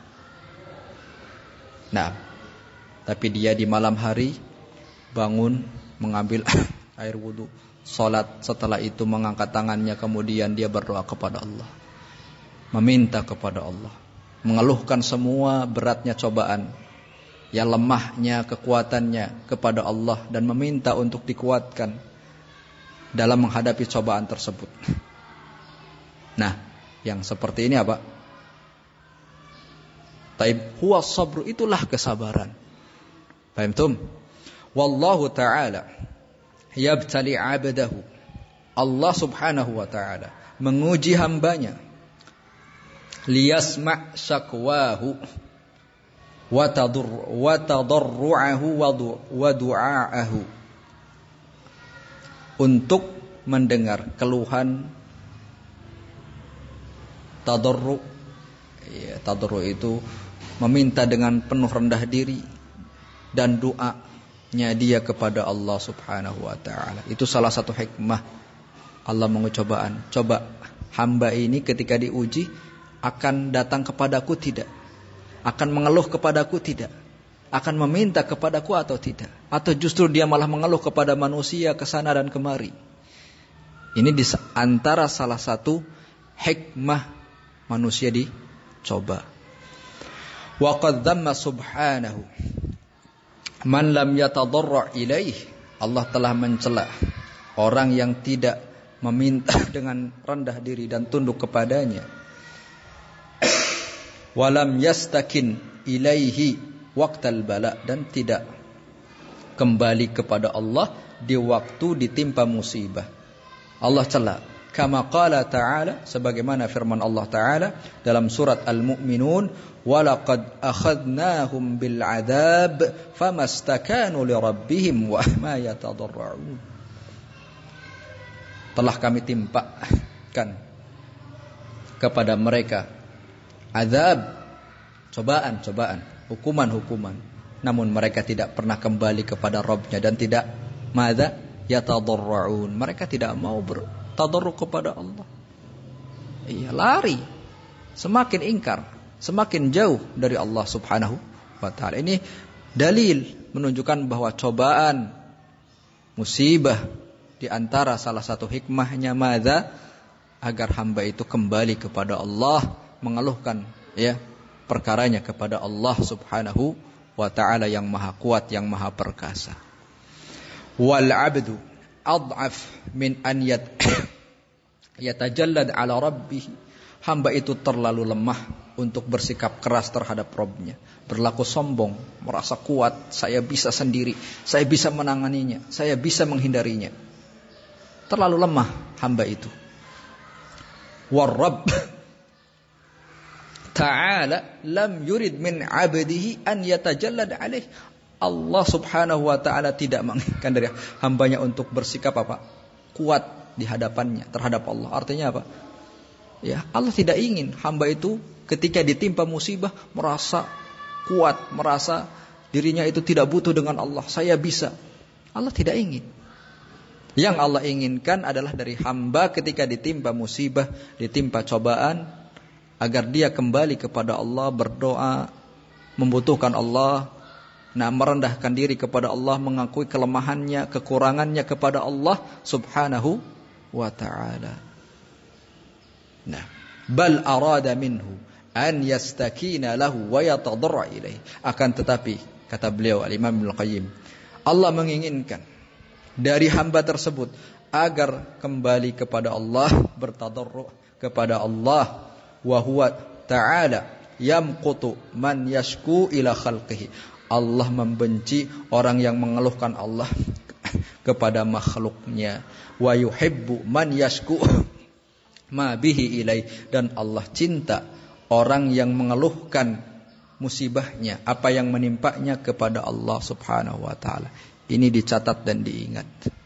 Nah, tapi dia di malam hari bangun, mengambil air wudu, salat, setelah itu mengangkat tangannya, kemudian dia berdoa kepada Allah, meminta kepada Allah, mengeluhkan semua beratnya cobaan, ya lemahnya kekuatannya kepada Allah, dan meminta untuk dikuatkan dalam menghadapi cobaan tersebut. Nah, yang seperti ini apa? Taib huwa sabru, itulah kesabaran. Paham tum? Wallahu ta'ala yabtali 'abdahu. Allah Subhanahu wa ta'ala menguji hambanya, liyasma' syakwahu wa tadarru'ahu wa du'aahu, untuk mendengar keluhan tadarru'. Ya, tadarru' itu meminta dengan penuh rendah diri dan doanya dia kepada Allah Subhanahu wa ta'ala. Itu salah satu hikmah Allah mengucobaan. Coba hamba ini ketika diuji akan datang kepadaku tidak? Akan mengeluh kepadaku tidak? Akan meminta kepadaku atau tidak? Atau justru dia malah mengeluh kepada manusia kesana dan kemari? Ini di antara salah satu hikmah manusia dicoba. Wa qad dhamma subhanahu man lam yatadarra' ilaih. Allah telah mencela orang yang tidak meminta dengan rendah diri dan tunduk kepadanya. Walam yastakin ilaihi waqtal bala, dan tidak kembali kepada Allah di waktu ditimpa musibah. Allah cela. Kama qala ta'ala, sebagaimana firman Allah Ta'ala dalam surat Al-Mu'minun, walaqad akhadnahum bil adab famastakanu li rabbihim wa ma yatadarra'un. Telah kami timpakan kepada mereka azab, cobaan, hukuman, namun mereka tidak pernah kembali kepada Rabbnya dan tidak madza yatadarra'un, mereka tidak mau bertadarru kepada Allah. Iya, lari, semakin ingkar, semakin jauh dari Allah Subhanahu wa taala. Ini dalil menunjukkan bahwa cobaan, musibah di antara salah satu hikmahnya madza, agar hamba itu kembali kepada Allah, mengeluhkan perkaranya kepada Allah Subhanahu wa ta'ala yang maha kuat, yang maha perkasa. Wal 'abdu ad'af min an yatajallad 'ala rabbih. Hamba itu terlalu lemah untuk bersikap keras terhadap Rabb-nya, berlaku sombong, merasa kuat, saya bisa sendiri, saya bisa menanganinya, saya bisa menghindarinya. Terlalu lemah hamba itu. War Rabb Ta'ala lam yurid min 'abdihi an yatajallad 'alaih. Allah Subhanahu wa taala tidak menginginkan dari hambanya untuk bersikap kuat di hadapannya terhadap Allah. Artinya apa? Ya, Allah tidak ingin hamba itu ketika ditimpa musibah merasa kuat, merasa dirinya itu tidak butuh dengan Allah, saya bisa. Allah tidak ingin. Yang Allah inginkan adalah dari hamba ketika ditimpa musibah, ditimpa cobaan, agar dia kembali kepada Allah, berdoa, membutuhkan Allah, merendahkan diri kepada Allah, mengakui kelemahannya, kekurangannya kepada Allah Subhanahu wa ta'ala. Bal arada minhu an yastakina lahu wa yatadarra ilaih. Akan tetapi, kata beliau Al-Imam Ibnu Qayyim, Allah menginginkan dari hamba tersebut agar kembali kepada Allah, bertadarru kepada Allah. Wa huwa ta'ala yamqutu man yashku ila khalqihi. Allah membenci orang yang mengeluhkan Allah kepada makhluknya. Wa yuhibbu man yashku ma bihi ilai. Dan Allah cinta orang yang mengeluhkan musibahnya, apa yang menimpanya kepada Allah Subhanahu wa ta'ala. Ini dicatat dan diingat.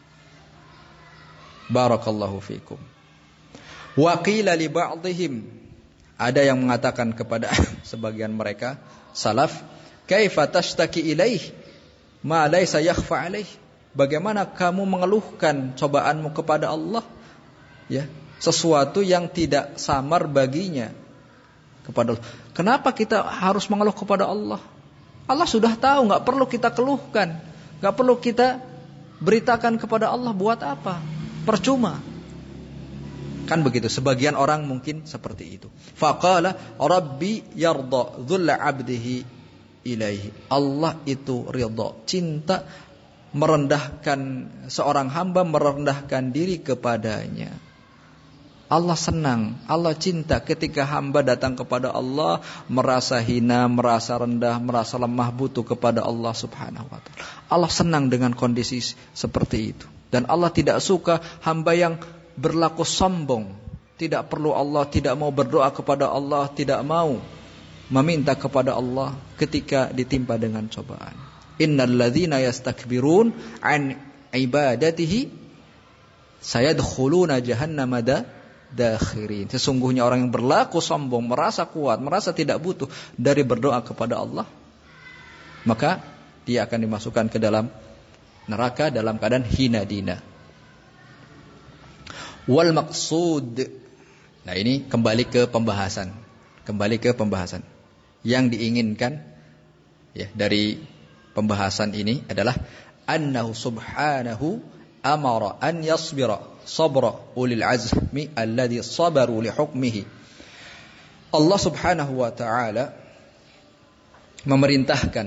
Barakallahu fikum. Wa qila li ba'dihim, ada yang mengatakan kepada sebagian mereka salaf, kaifa tashtaki ilaih ma laysa yakhfa alaih. Bagaimana kamu mengeluhkan cobaanmu kepada Allah, sesuatu yang tidak samar baginya kepada Allah. Kenapa kita harus mengeluh kepada Allah? Allah sudah tahu, enggak perlu kita keluhkan, enggak perlu kita beritakan kepada Allah. Buat apa? Percuma. Kan begitu, sebagian orang mungkin seperti itu. Faqala Rabbi yarda dhulla 'abdihi ilaihi. Allah itu ridha, cinta, merendahkan seorang hamba, merendahkan diri kepadanya. Allah senang, Allah cinta ketika hamba datang kepada Allah merasa hina, merasa rendah, merasa lemah, butuh kepada Allah Subhanahu wa ta'ala. Allah senang dengan kondisi seperti itu. Dan Allah tidak suka hamba yang berlaku sombong, tidak perlu Allah, tidak mau berdoa kepada Allah, tidak mau meminta kepada Allah ketika ditimpa dengan cobaan. Innal ladzina yastakbirun an ibadatihi sayadkhuluna jahannama dakhirin. Sesungguhnya orang yang berlaku sombong, merasa kuat, merasa tidak butuh dari berdoa kepada Allah, maka dia akan dimasukkan ke dalam neraka dalam keadaan hina dina. Wal maqsud. Nah, ini kembali ke pembahasan. Yang diinginkan dari pembahasan ini adalah annahu subhanahu amara an yasbira sabra ulil azmi alladhi sabaru li hukmihi. Allah Subhanahu wa ta'ala memerintahkan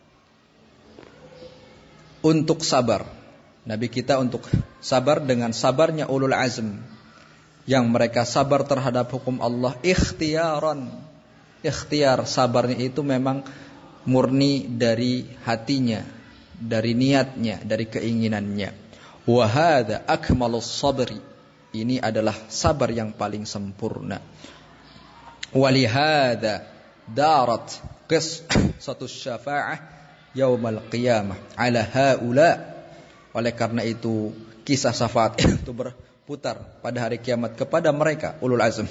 untuk sabar Nabi kita, untuk sabar dengan sabarnya ulul azm, yang mereka sabar terhadap hukum Allah ikhtiaran. Ikhtiar, sabarnya itu memang murni dari hatinya, dari niatnya, dari keinginannya. Wa hadza akmalus sabri, ini adalah sabar yang paling sempurna. Wa li hadza darat qissatus syafa'ah yaumal qiyamah ala haula. Oleh karena itu kisah syafaat itu berputar pada hari kiamat kepada mereka ulul azm.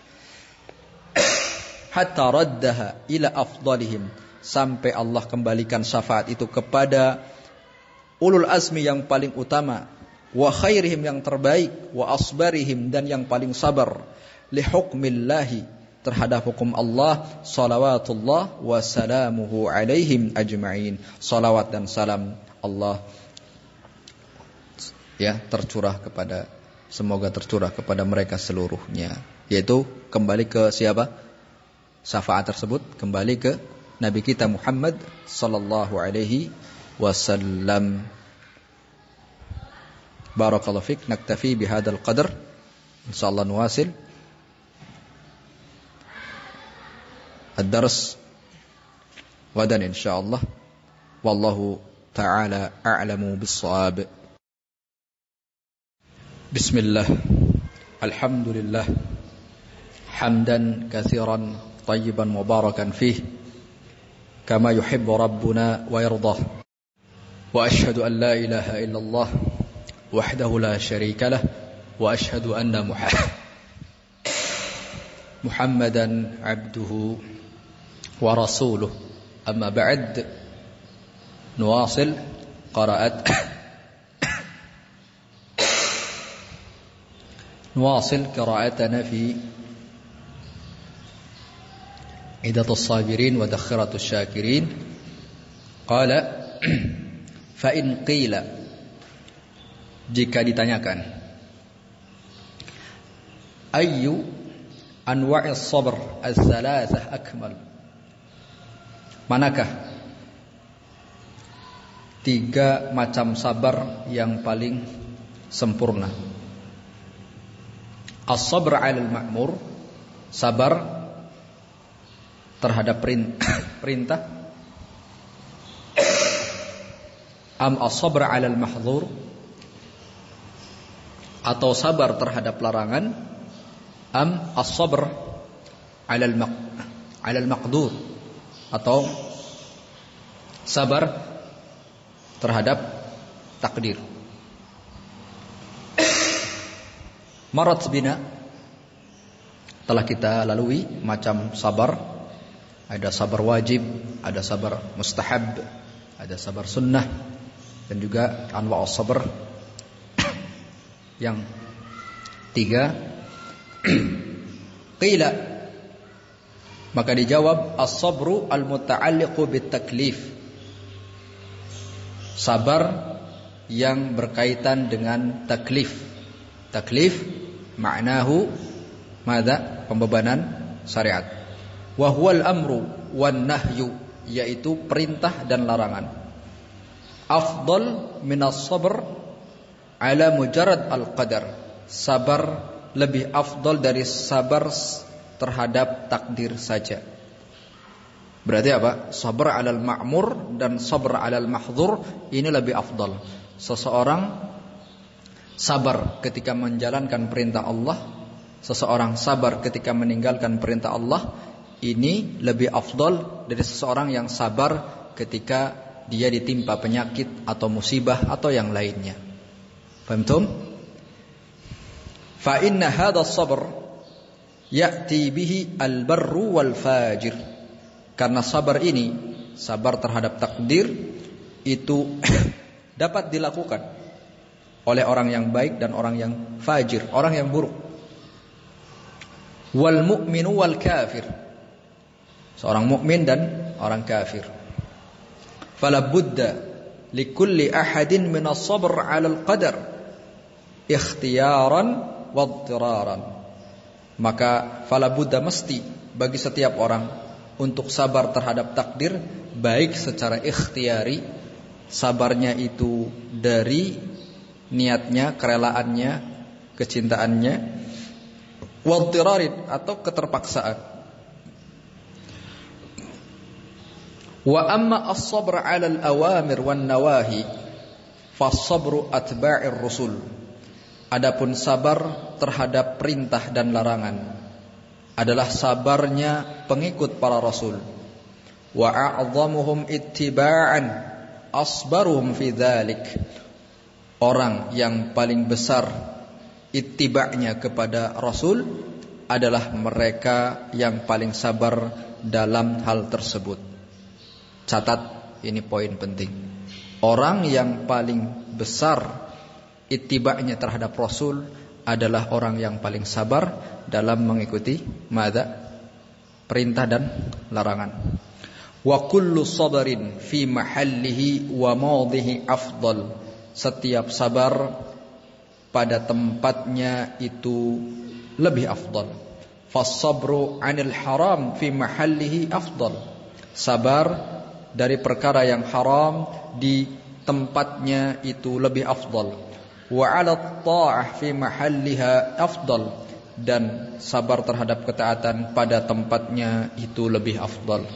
Hatta raddaha ila afdalihim, sampai Allah kembalikan syafaat itu kepada ulul azmi yang paling utama, wa khairihim yang terbaik, wa asbarihim dan yang paling sabar, li hukmillahi terhadap hukum Allah, salawatullah wa salamuhu alaihim ajma'in. Salawat dan salam Allah semoga tercurah kepada mereka seluruhnya. Yaitu kembali ke siapa? Syafaat tersebut kembali ke Nabi kita Muhammad sallallahu alaihi wasallam. Barakallahu fik. Naktafi bihadzal qadar. Insyaallah nuwasil ad-dars wadan insyaallah. Wallahu ta'ala a'lamu bis-shawab. Bismillah. Alhamdulillah. Hamdan katsiran tayyiban mubarakan fih kama yuhibbu rabbuna wa yardah. Wa ashhadu an la ilaha illallah wahdahu la syarika lah wa ashhadu anna Muhammadan abduhu wa rasuluh. Amma ba'd, nuwasil qira'atana fi Idatus sabirin wa dakhiratus syakirin. Qala fa in qila, jika ditanyakan, ayyu anwa'is sabr as-salasah akmal, manakah 3 macam sabar yang paling sempurna? As-sabr 'alal ma'mur, sabar terhadap perintah. Am as-sabr 'alal mahdhur, atau sabar terhadap larangan. Am as-sabr 'alal maqdur, atau sabar terhadap takdir. Marat bina, telah kita lalui macam sabar. Ada sabar wajib, ada sabar mustahab, ada sabar sunnah, dan juga anwa' as-sabr yang 3. Qila, maka dijawab as-sabru al-muta'alliqu bit-taklif, sabar yang berkaitan dengan taklif. Taklif ma'nahu madza? Pembebanan syariat. Wa huwal amru wan nahyu, yaitu perintah dan larangan. Afdal minas sabr ala mujarrad al-qadar, sabar lebih afdal dari sabar terhadap takdir saja. Berarti apa? Sabar alal ma'mur dan sabar alal mahdhur ini lebih afdal. Seseorang sabar ketika menjalankan perintah Allah, seseorang sabar ketika meninggalkan perintah Allah, ini lebih afdal dari seseorang yang sabar ketika dia ditimpa penyakit atau musibah atau yang lainnya. Paham? Fa inna hadha sabr ya'ti bihi al-barru wal fajir. Karena sabar ini, sabar terhadap takdir itu dapat dilakukan oleh orang yang baik dan orang yang fajir, orang yang buruk. Wal mu'minu wal kafir, seorang mukmin dan orang kafir. Fala budda likulli ahadin min as-sabr 'ala al-qadar ikhtiyaran wa ittiraran. Maka fala budda, mesti bagi setiap orang untuk sabar terhadap takdir, baik secara ikhtiari, sabarnya itu dari niatnya, kerelaannya, kecintaannya, wa ittirarin, atau keterpaksaan. Wa amma as-sabr 'ala al-awamir wan nawahi fas-sabru atba'ir rusul. Adapun sabar terhadap perintah dan larangan adalah sabarnya pengikut para rasul. Wa a'dhamuhum ittiba'an asbaruhum fi dzalik. Orang yang paling besar ittiba'nya kepada rasul adalah mereka yang paling sabar dalam hal tersebut. Catat, ini poin penting. Orang yang paling besar ittiba'nya terhadap rasul adalah orang yang paling sabar dalam mengikuti perintah dan larangan. Wa kullu sabrin fi mahallihi wa mawdihi afdal. Setiap sabar pada tempatnya itu lebih afdal. Fas-sabru 'anil haram fi mahallihi afdal. Sabar dari perkara yang haram di tempatnya itu lebih afdal. Wa 'ala at-tha'ah fi mahalliha afdal. Dan sabar terhadap ketaatan pada tempatnya itu lebih afdal.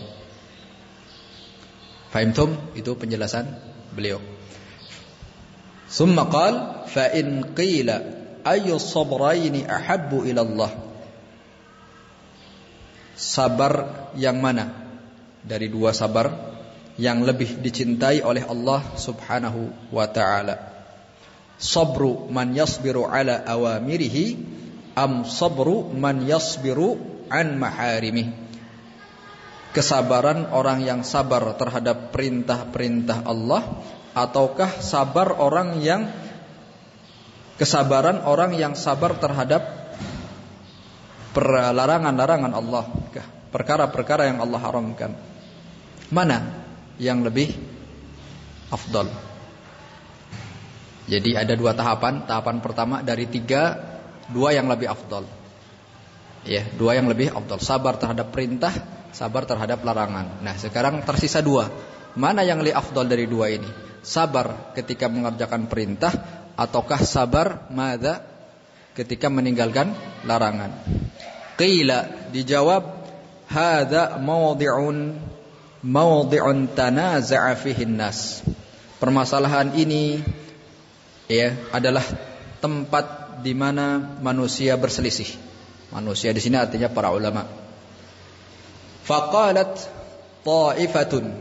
Fahimtum? Itu penjelasan beliau. Summa qala fa in qila ayyu sabraini ahabbu ila Allah. Sabar yang mana dari dua sabar yang lebih dicintai oleh Allah Subhanahu wa ta'ala? Sabru man yasbiru ala awamirihi am sabru man yasbiru an maharimih. Kesabaran orang yang sabar terhadap perintah-perintah Allah, ataukah kesabaran orang yang sabar terhadap larangan-larangan Allah, perkara-perkara yang Allah haramkan? Mana yang lebih afdal? Jadi ada dua tahapan. Tahapan pertama dari tiga, dua yang lebih afdal. Ya, dua yang lebih afdal. Sabar terhadap perintah, sabar terhadap larangan. Nah, sekarang tersisa dua. Mana yang lebih afdal dari dua ini? Sabar ketika mengerjakan perintah, ataukah sabar ketika meninggalkan larangan? Qila, dijawab, hadza mawdi'un tanaza'a fihi an-nas. Permasalahan ini adalah tempat di mana manusia berselisih. Manusia di sini artinya para ulama. Faqalat ta'ifatun.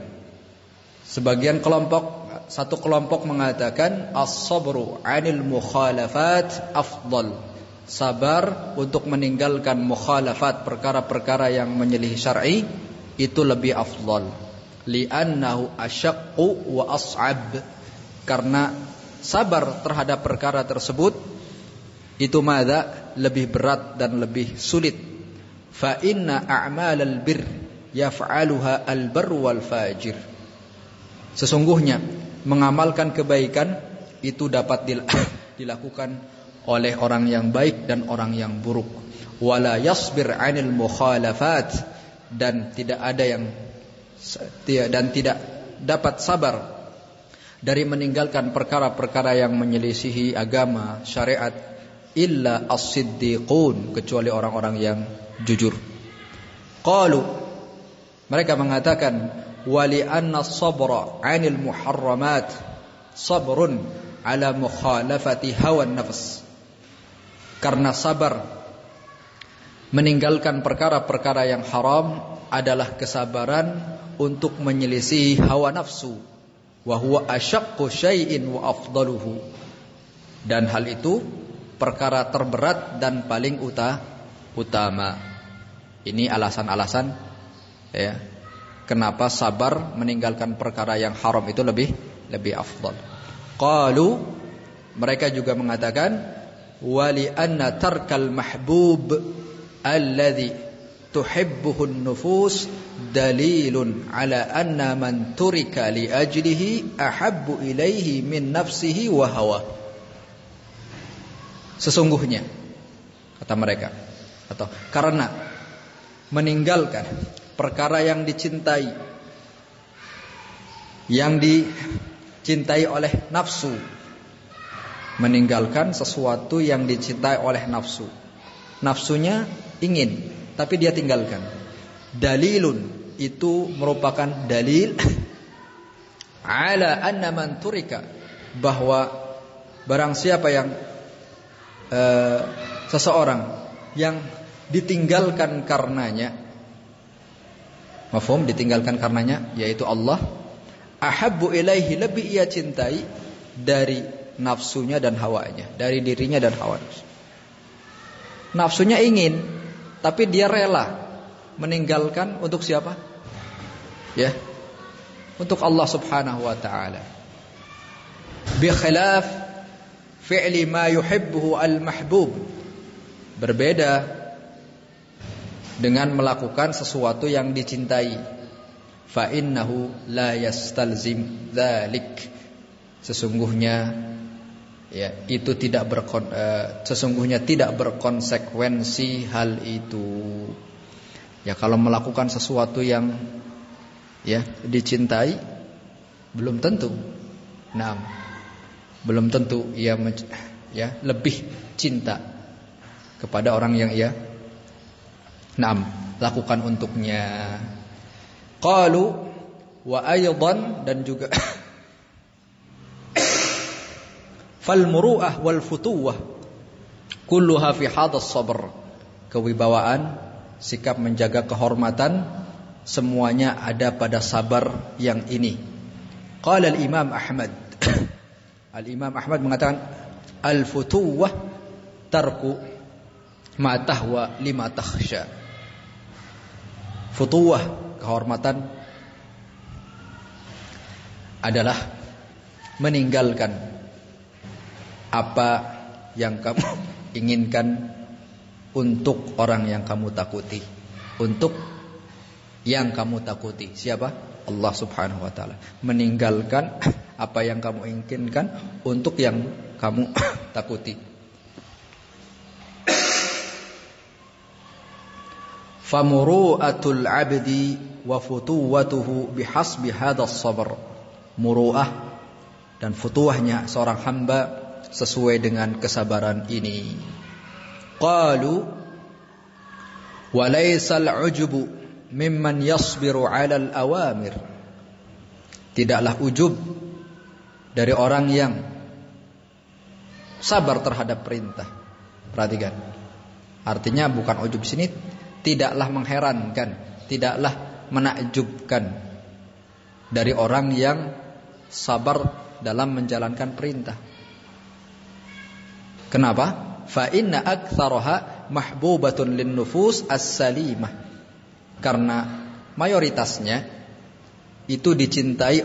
Satu kelompok mengatakan as-sabru 'anil mukhalafat afdal. Sabar untuk meninggalkan mukhalafat, perkara-perkara yang menyelisihi syar'i, itu lebih afdal. Li'annahu asyaqqu wa as'ab. Karena sabar terhadap perkara tersebut itu lebih berat dan lebih sulit. Fa inna a'malal bir yaf'aluha al-barr wal fajir. Sesungguhnya mengamalkan kebaikan itu dapat dilakukan oleh orang yang baik dan orang yang buruk. Wala yasbir 'anil mukhalafat. Dan tidak dapat sabar dari meninggalkan perkara-perkara yang menyelisihi agama, syariat, illa as-siddiqun, kecuali orang-orang yang jujur. Qalu, mereka mengatakan, wali anna sabra 'anil muharramat sabrun ala mukhalafati hawan nafs. Karena sabar meninggalkan perkara-perkara yang haram adalah kesabaran untuk menyelisihi hawa nafsu. Wa huwa asyaqqu syai'in wa afdaluhu. Dan hal itu perkara terberat dan paling utama. Ini alasan-alasan kenapa sabar meninggalkan perkara yang haram itu lebih afdal. Qalu, mereka juga mengatakan, wali anna tarkal mahbub alladhi tuhibbuhu an-nufus dalilun ala anna man turika li ajlihi ahabbu ilaihi min nafsihi wa hawa. Sesungguhnya, kata mereka, atau karena meninggalkan perkara yang dicintai oleh nafsu, meninggalkan sesuatu yang dicintai oleh nafsu. Nafsunya ingin, tapi dia tinggalkan. Dalilun, itu merupakan dalil ala anna man turika, bahwa barang siapa yang seseorang yang ditinggalkan karenanya, mafhum, ditinggalkan karenanya yaitu Allah, ahabbu ilaihi, lebih ia cintai dari nafsunya dan hawanya, dari dirinya dan hawa nafsu. Nafsunya ingin, tapi dia rela meninggalkan untuk siapa? Ya, untuk Allah Subhanahu wa taala. Bi khilaf fi'li ma yuhibbuhu al-mahbub, berbeda dengan melakukan sesuatu yang dicintai. Fa innahu la yastalzim dzalik, sesungguhnya ya itu sesungguhnya tidak berkonsekuensi hal itu. Ya, kalau melakukan sesuatu yang ya dicintai, belum tentu. Nah, belum tentu ia lebih cinta kepada orang yang ia lakukan untuknya. Qalu wa aydan, dan juga fal muru'ah wal futuwah kulluha fi hadas sabr, kewibawaan, sikap menjaga kehormatan, semuanya ada pada sabar yang ini. Qala al-Imam Ahmad Al-Imam Ahmad mengatakan al-futuwah tarku ma tahwa lima takhsha. Futuwah, kehormatan, adalah meninggalkan apa yang kamu inginkan untuk orang yang kamu takuti. Untuk yang kamu takuti siapa? Allah Subhanahu wa taala. Meninggalkan apa yang kamu inginkan untuk yang kamu takuti. Famuru'atul 'abdi wa futuwatuhu bihasbi hadzal sabr. Muru'ah dan futuwahnya seorang hamba sesuai dengan kesabaran ini. Qalu wa laysal 'ujubu mimman yasbiru 'alal awamir. Tidaklah ujub dari orang yang sabar terhadap perintah. Perhatikan. Artinya bukan ujub sini, tidaklah mengherankan, tidaklah menakjubkan dari orang yang sabar dalam menjalankan perintah. Kenapa? Fa inna aktsaraha mahbubatun lin nufus as-salimah. Karena mayoritasnya itu dicintai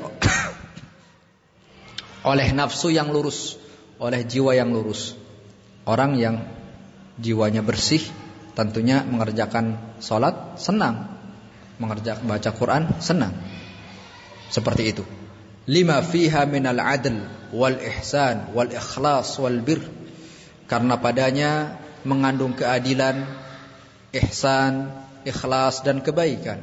oleh nafsu yang lurus, oleh jiwa yang lurus. Orang yang jiwanya bersih tentunya mengerjakan salat senang, mengerjakan baca Quran senang. Seperti itu. Lima fiha minal adl wal ihsan wal ikhlas wal bir. Karena padanya mengandung keadilan, ihsan, ikhlas dan kebaikan.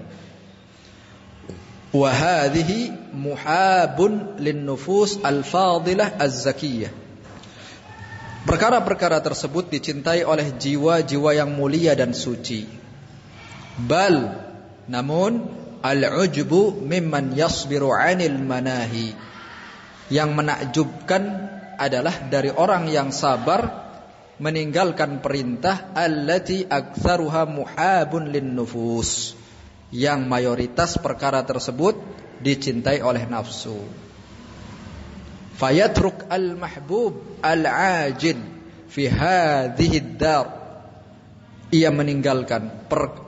Wa hadhihi muhabun lin nufus al-fadilah az-zakiyah. Perkara-perkara tersebut dicintai oleh jiwa-jiwa yang mulia dan suci. Bal, namun al-ujbu mimman yasbiru 'anil manahi. Yang menakjubkan adalah dari orang yang sabar meninggalkan perintah allati aktsaruha muhabun lin nufus, yang mayoritas perkara tersebut dicintai oleh nafsu. Fayatruk al-mahbub al-ajil fi hadhihi ad-dar. Ia meninggalkan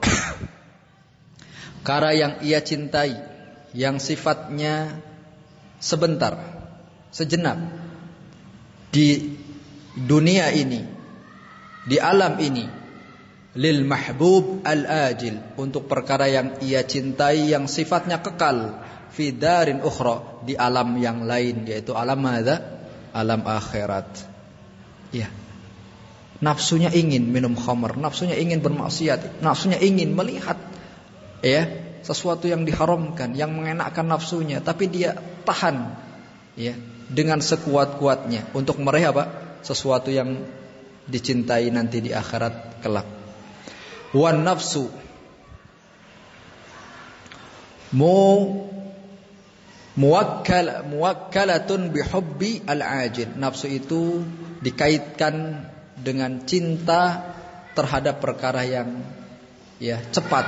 perkara yang ia cintai, yang sifatnya sebentar, sejenak di dunia ini, di alam ini, lil mahbub al-ajil, untuk perkara yang ia cintai yang sifatnya kekal, fi darin ukhra, di alam yang lain, yaitu alam madza? Alam akhirat. Ya. Nafsunya ingin minum khamr, nafsunya ingin bermaksiat, nafsunya ingin melihat ya sesuatu yang diharamkan, yang mengenakkan nafsunya, tapi dia tahan ya dengan sekuat-kuatnya untuk meraih apa? Sesuatu yang dicintai nanti di akhirat kelak. Wan nafsu muwakkalatun bihubbi al-ajil. Nafsu itu dikaitkan dengan cinta terhadap perkara yang cepat.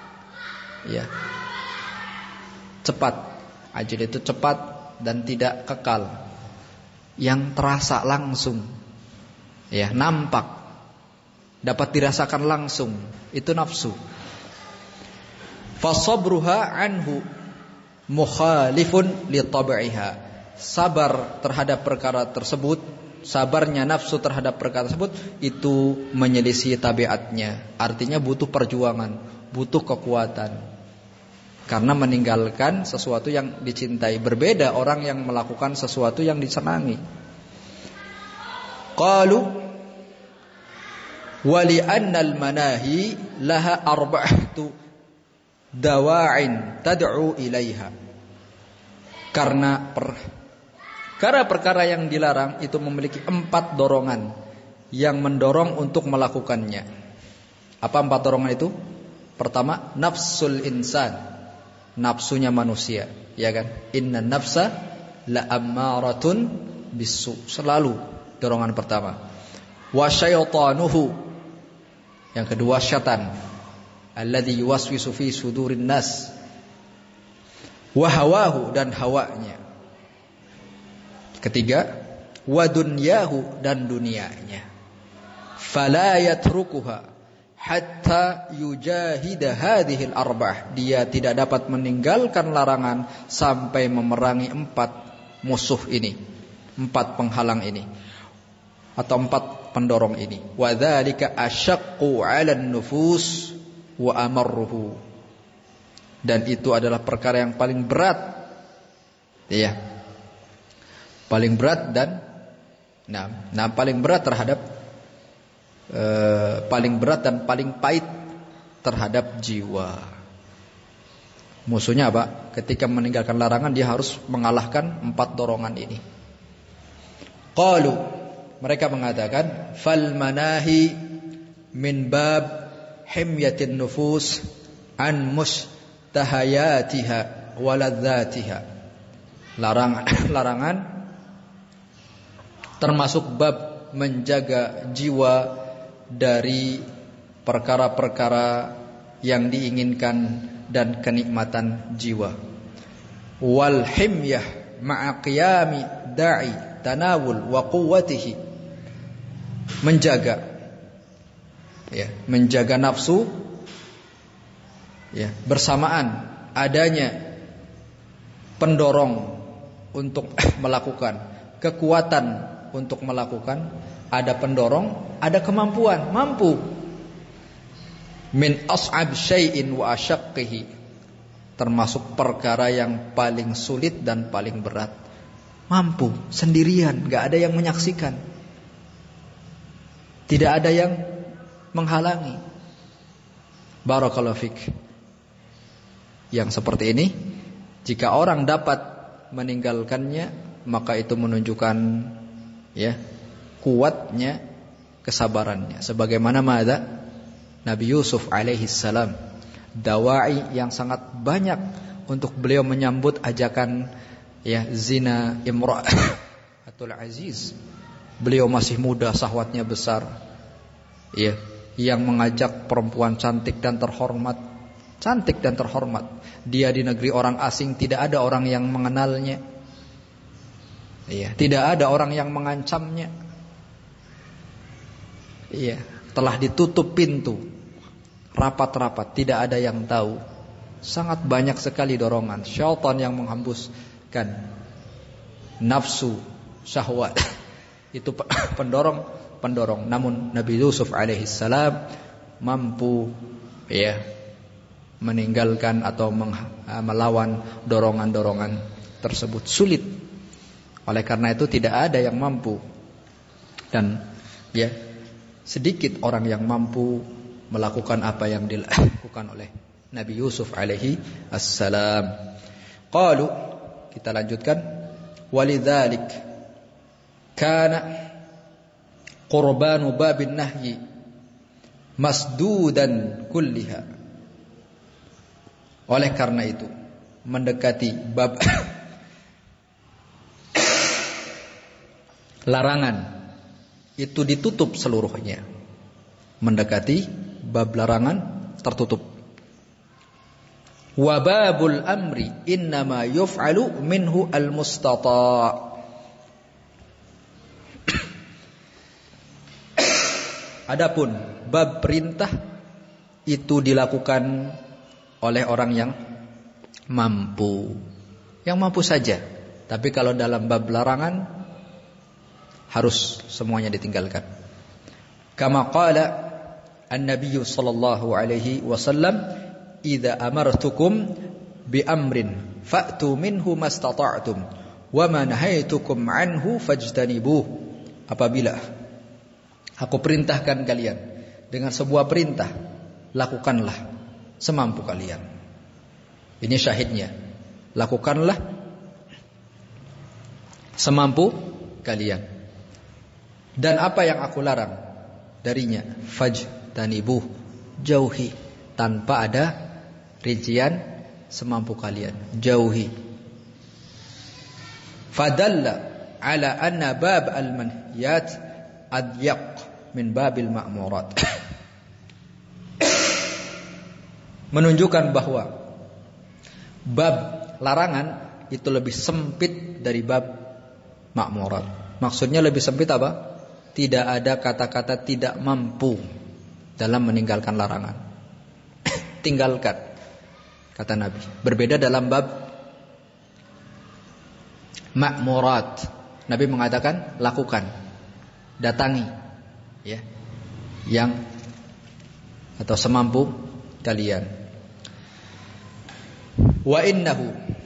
Cepat. Ajil itu cepat dan tidak kekal. Yang terasa langsung. Nampak. Dapat dirasakan langsung. Itu nafsu. Fasabruha anhu mukhalifun li tab'iha. Sabar terhadap perkara tersebut, sabarnya nafsu terhadap perkara tersebut itu menyelisih tabiatnya. Artinya butuh perjuangan, butuh kekuatan. Karena meninggalkan sesuatu yang dicintai. Berbeda orang yang melakukan sesuatu yang disenangi. Qalu wali annal manahi laha arba'atu dawa'in tad'u ilaiha. Karena perkara yang dilarang itu memiliki 4 dorongan yang mendorong untuk melakukannya. Apa 4 dorongan itu? Pertama, nafsul insan, nafsunya manusia, ya kan? Inna nafsa la ammaratun bisu. Selalu dorongan pertama. Wa syaitanuhu. Yang kedua, syaitan. Alladzi yuwaswisu fi sudurin nas. Wa hawahu, dan hawanya. Ketiga, wa dunyahu, dan dunianya. Fala yatrukuha hatta yujahida hadhil arba'ah. Dia tidak dapat meninggalkan larangan sampai memerangi 4 musuh ini, 4 penghalang ini, atau 4 pendorong ini. Wa dzalika asyaqqu 'alan nufus wa amarruhu. Dan itu adalah perkara yang paling berat. Paling berat dan paling berat terhadap paling berat dan paling pahit terhadap jiwa. Musuhnya apa? Ketika meninggalkan larangan dia harus mengalahkan 4 dorongan ini. Qalu, mereka mengatakan, fal manahi min bab himyatin nufus an mustahayatiha waladzatiha. Larangan termasuk bab menjaga jiwa dari perkara-perkara yang diinginkan dan kenikmatan jiwa. Wal himyah ma'a qiyami da'i tanawul wa quwwatihi. Menjaga nafsu bersamaan adanya pendorong untuk melakukan, kekuatan untuk melakukan, ada pendorong, ada kemampuan, mampu. Min as'ab syai'in wa asyaqqihi, termasuk perkara yang paling sulit dan paling berat. Mampu sendirian, gak ada yang menyaksikan, tidak ada yang menghalangi. Barakallahu fik. Yang seperti ini, jika orang dapat meninggalkannya, maka itu menunjukkan kuatnya kesabarannya. Sebagaimana Nabi Yusuf alaihi salam, dawai yang sangat banyak untuk beliau menyambut ajakan zina imra'atul aziz. Beliau masih muda, syahwatnya besar. Yang mengajak perempuan cantik dan terhormat. Cantik dan terhormat. Dia di negeri orang asing, tidak ada orang yang mengenalnya. Tidak ada orang yang mengancamnya. Telah ditutup pintu, rapat-rapat, tidak ada yang tahu. Sangat banyak sekali dorongan syaitan yang menghembuskan nafsu, syahwat. Itu pendorong. Namun Nabi Yusuf alaihi salam mampu meninggalkan atau melawan dorongan-dorongan tersebut. Sulit. Oleh karena itu tidak ada yang mampu. Dan sedikit orang yang mampu melakukan apa yang dilakukan oleh Nabi Yusuf alaihi assalam. Qalu, kita lanjutkan, walidzalik kana qurbanu babin nahyi masdudan kulliha. Oleh karena itu, mendekati bab larangan itu ditutup seluruhnya. Mendekati bab larangan tertutup. Wa babul amri innama yuf'alu minhu al-mustata'. Adapun bab perintah itu dilakukan oleh orang yang mampu. Yang mampu saja. Tapi kalau dalam bab larangan harus semuanya ditinggalkan. Kama qala an-nabiy sallallahu alaihi wasallam, "Idza amartukum bi amrin fa'tu minhu mastata'tum wa ma nahaitukum anhu fajtanibuh." Apabila aku perintahkan kalian dengan sebuah perintah, lakukanlah semampu kalian. Ini syahidnya. Lakukanlah semampu kalian. Dan apa yang aku larang darinya, fajtanibuh, jauhi, tanpa ada rincian semampu kalian, jauhi. Fadalla ala anna bab al-manhiyat adyaq min babil ma'murat. Menunjukkan bahwa bab larangan itu lebih sempit dari bab ma'murat. Maksudnya lebih sempit apa? Tidak ada kata-kata tidak mampu dalam meninggalkan larangan. Tinggalkan, kata Nabi. Berbeda dalam bab ma'murat. Nabi mengatakan lakukan, datangi, ya, yang atau semampu kalian. Wa innahu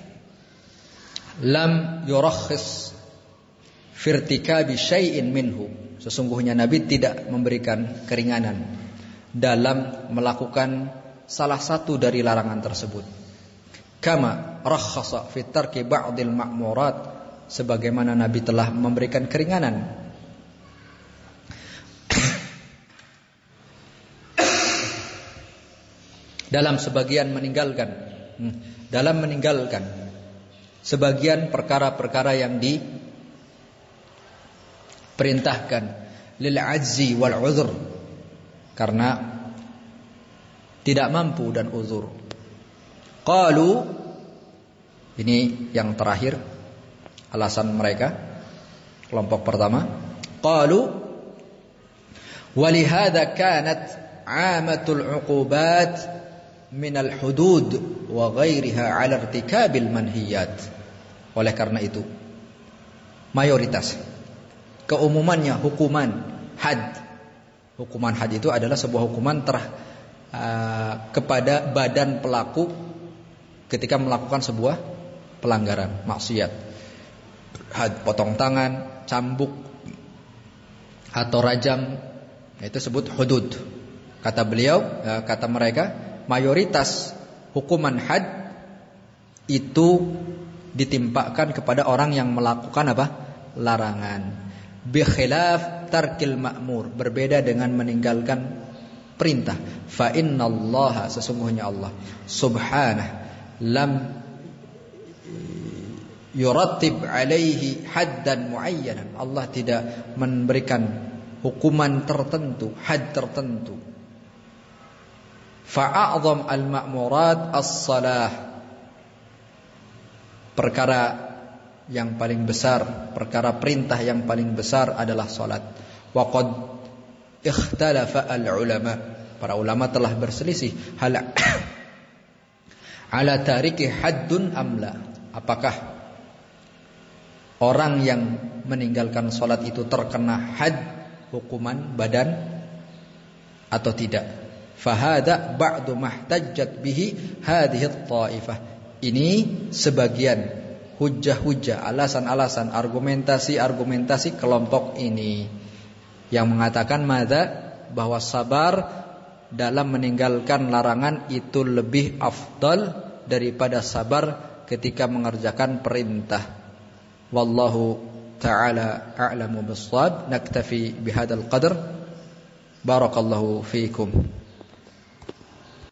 lam yurakhis fi irtikabi syai'in minhu. Sesungguhnya Nabi tidak memberikan keringanan dalam melakukan salah satu dari larangan tersebut. Kama rakhasa fi tarki ba'dil ma'murat, sebagaimana Nabi telah memberikan keringanan dalam meninggalkan sebagian perkara-perkara yang diperintahkan lil ajzi wal uzur, karena tidak mampu dan uzur. Qalu, ini yang terakhir alasan mereka, kelompok pertama. Qalu walihada kanat amatul uqubat minal hudud wa ghairiha ala irtikabil manhiyat. Oleh karena itu, mayoritas, keumumannya hukuman had. Hukuman had itu adalah sebuah hukuman kepada badan pelaku ketika melakukan sebuah pelanggaran, maksiat. Had, potong tangan, cambuk, atau rajam, itu sebut hudud. Kata beliau, kata mereka, mayoritas hukuman had itu ditimpakan kepada orang yang melakukan apa? Larangan. Bi khilaf tarkil ma'mur, berbeda dengan meninggalkan perintah. Fa innallaha, sesungguhnya Allah subhanahu lam yurattib alaihi haddan muayyanan. Allah tidak memberikan hukuman tertentu, had tertentu. Fa'a'zam al-ma'murat as-salah, perkara yang paling besar, perkara perintah yang paling besar adalah salat. Wa qad ikhtalafa al-ulama, para ulama telah berselisih hal ala tariki haddun amla, apakah orang yang meninggalkan salat itu terkena had, hukuman badan, atau tidak. Fahada ba'du mahtajjat bihi hadhihi at-taifah. Ini sebagian hujjah-hujjah, alasan-alasan, argumentasi-argumentasi kelompok ini yang mengatakan bahwa sabar dalam meninggalkan larangan itu lebih afdal daripada sabar ketika mengerjakan perintah. Wallahu ta'ala a'lamu bis-shawab. Naktafi bihadzal qadar. Barakallahu fiikum.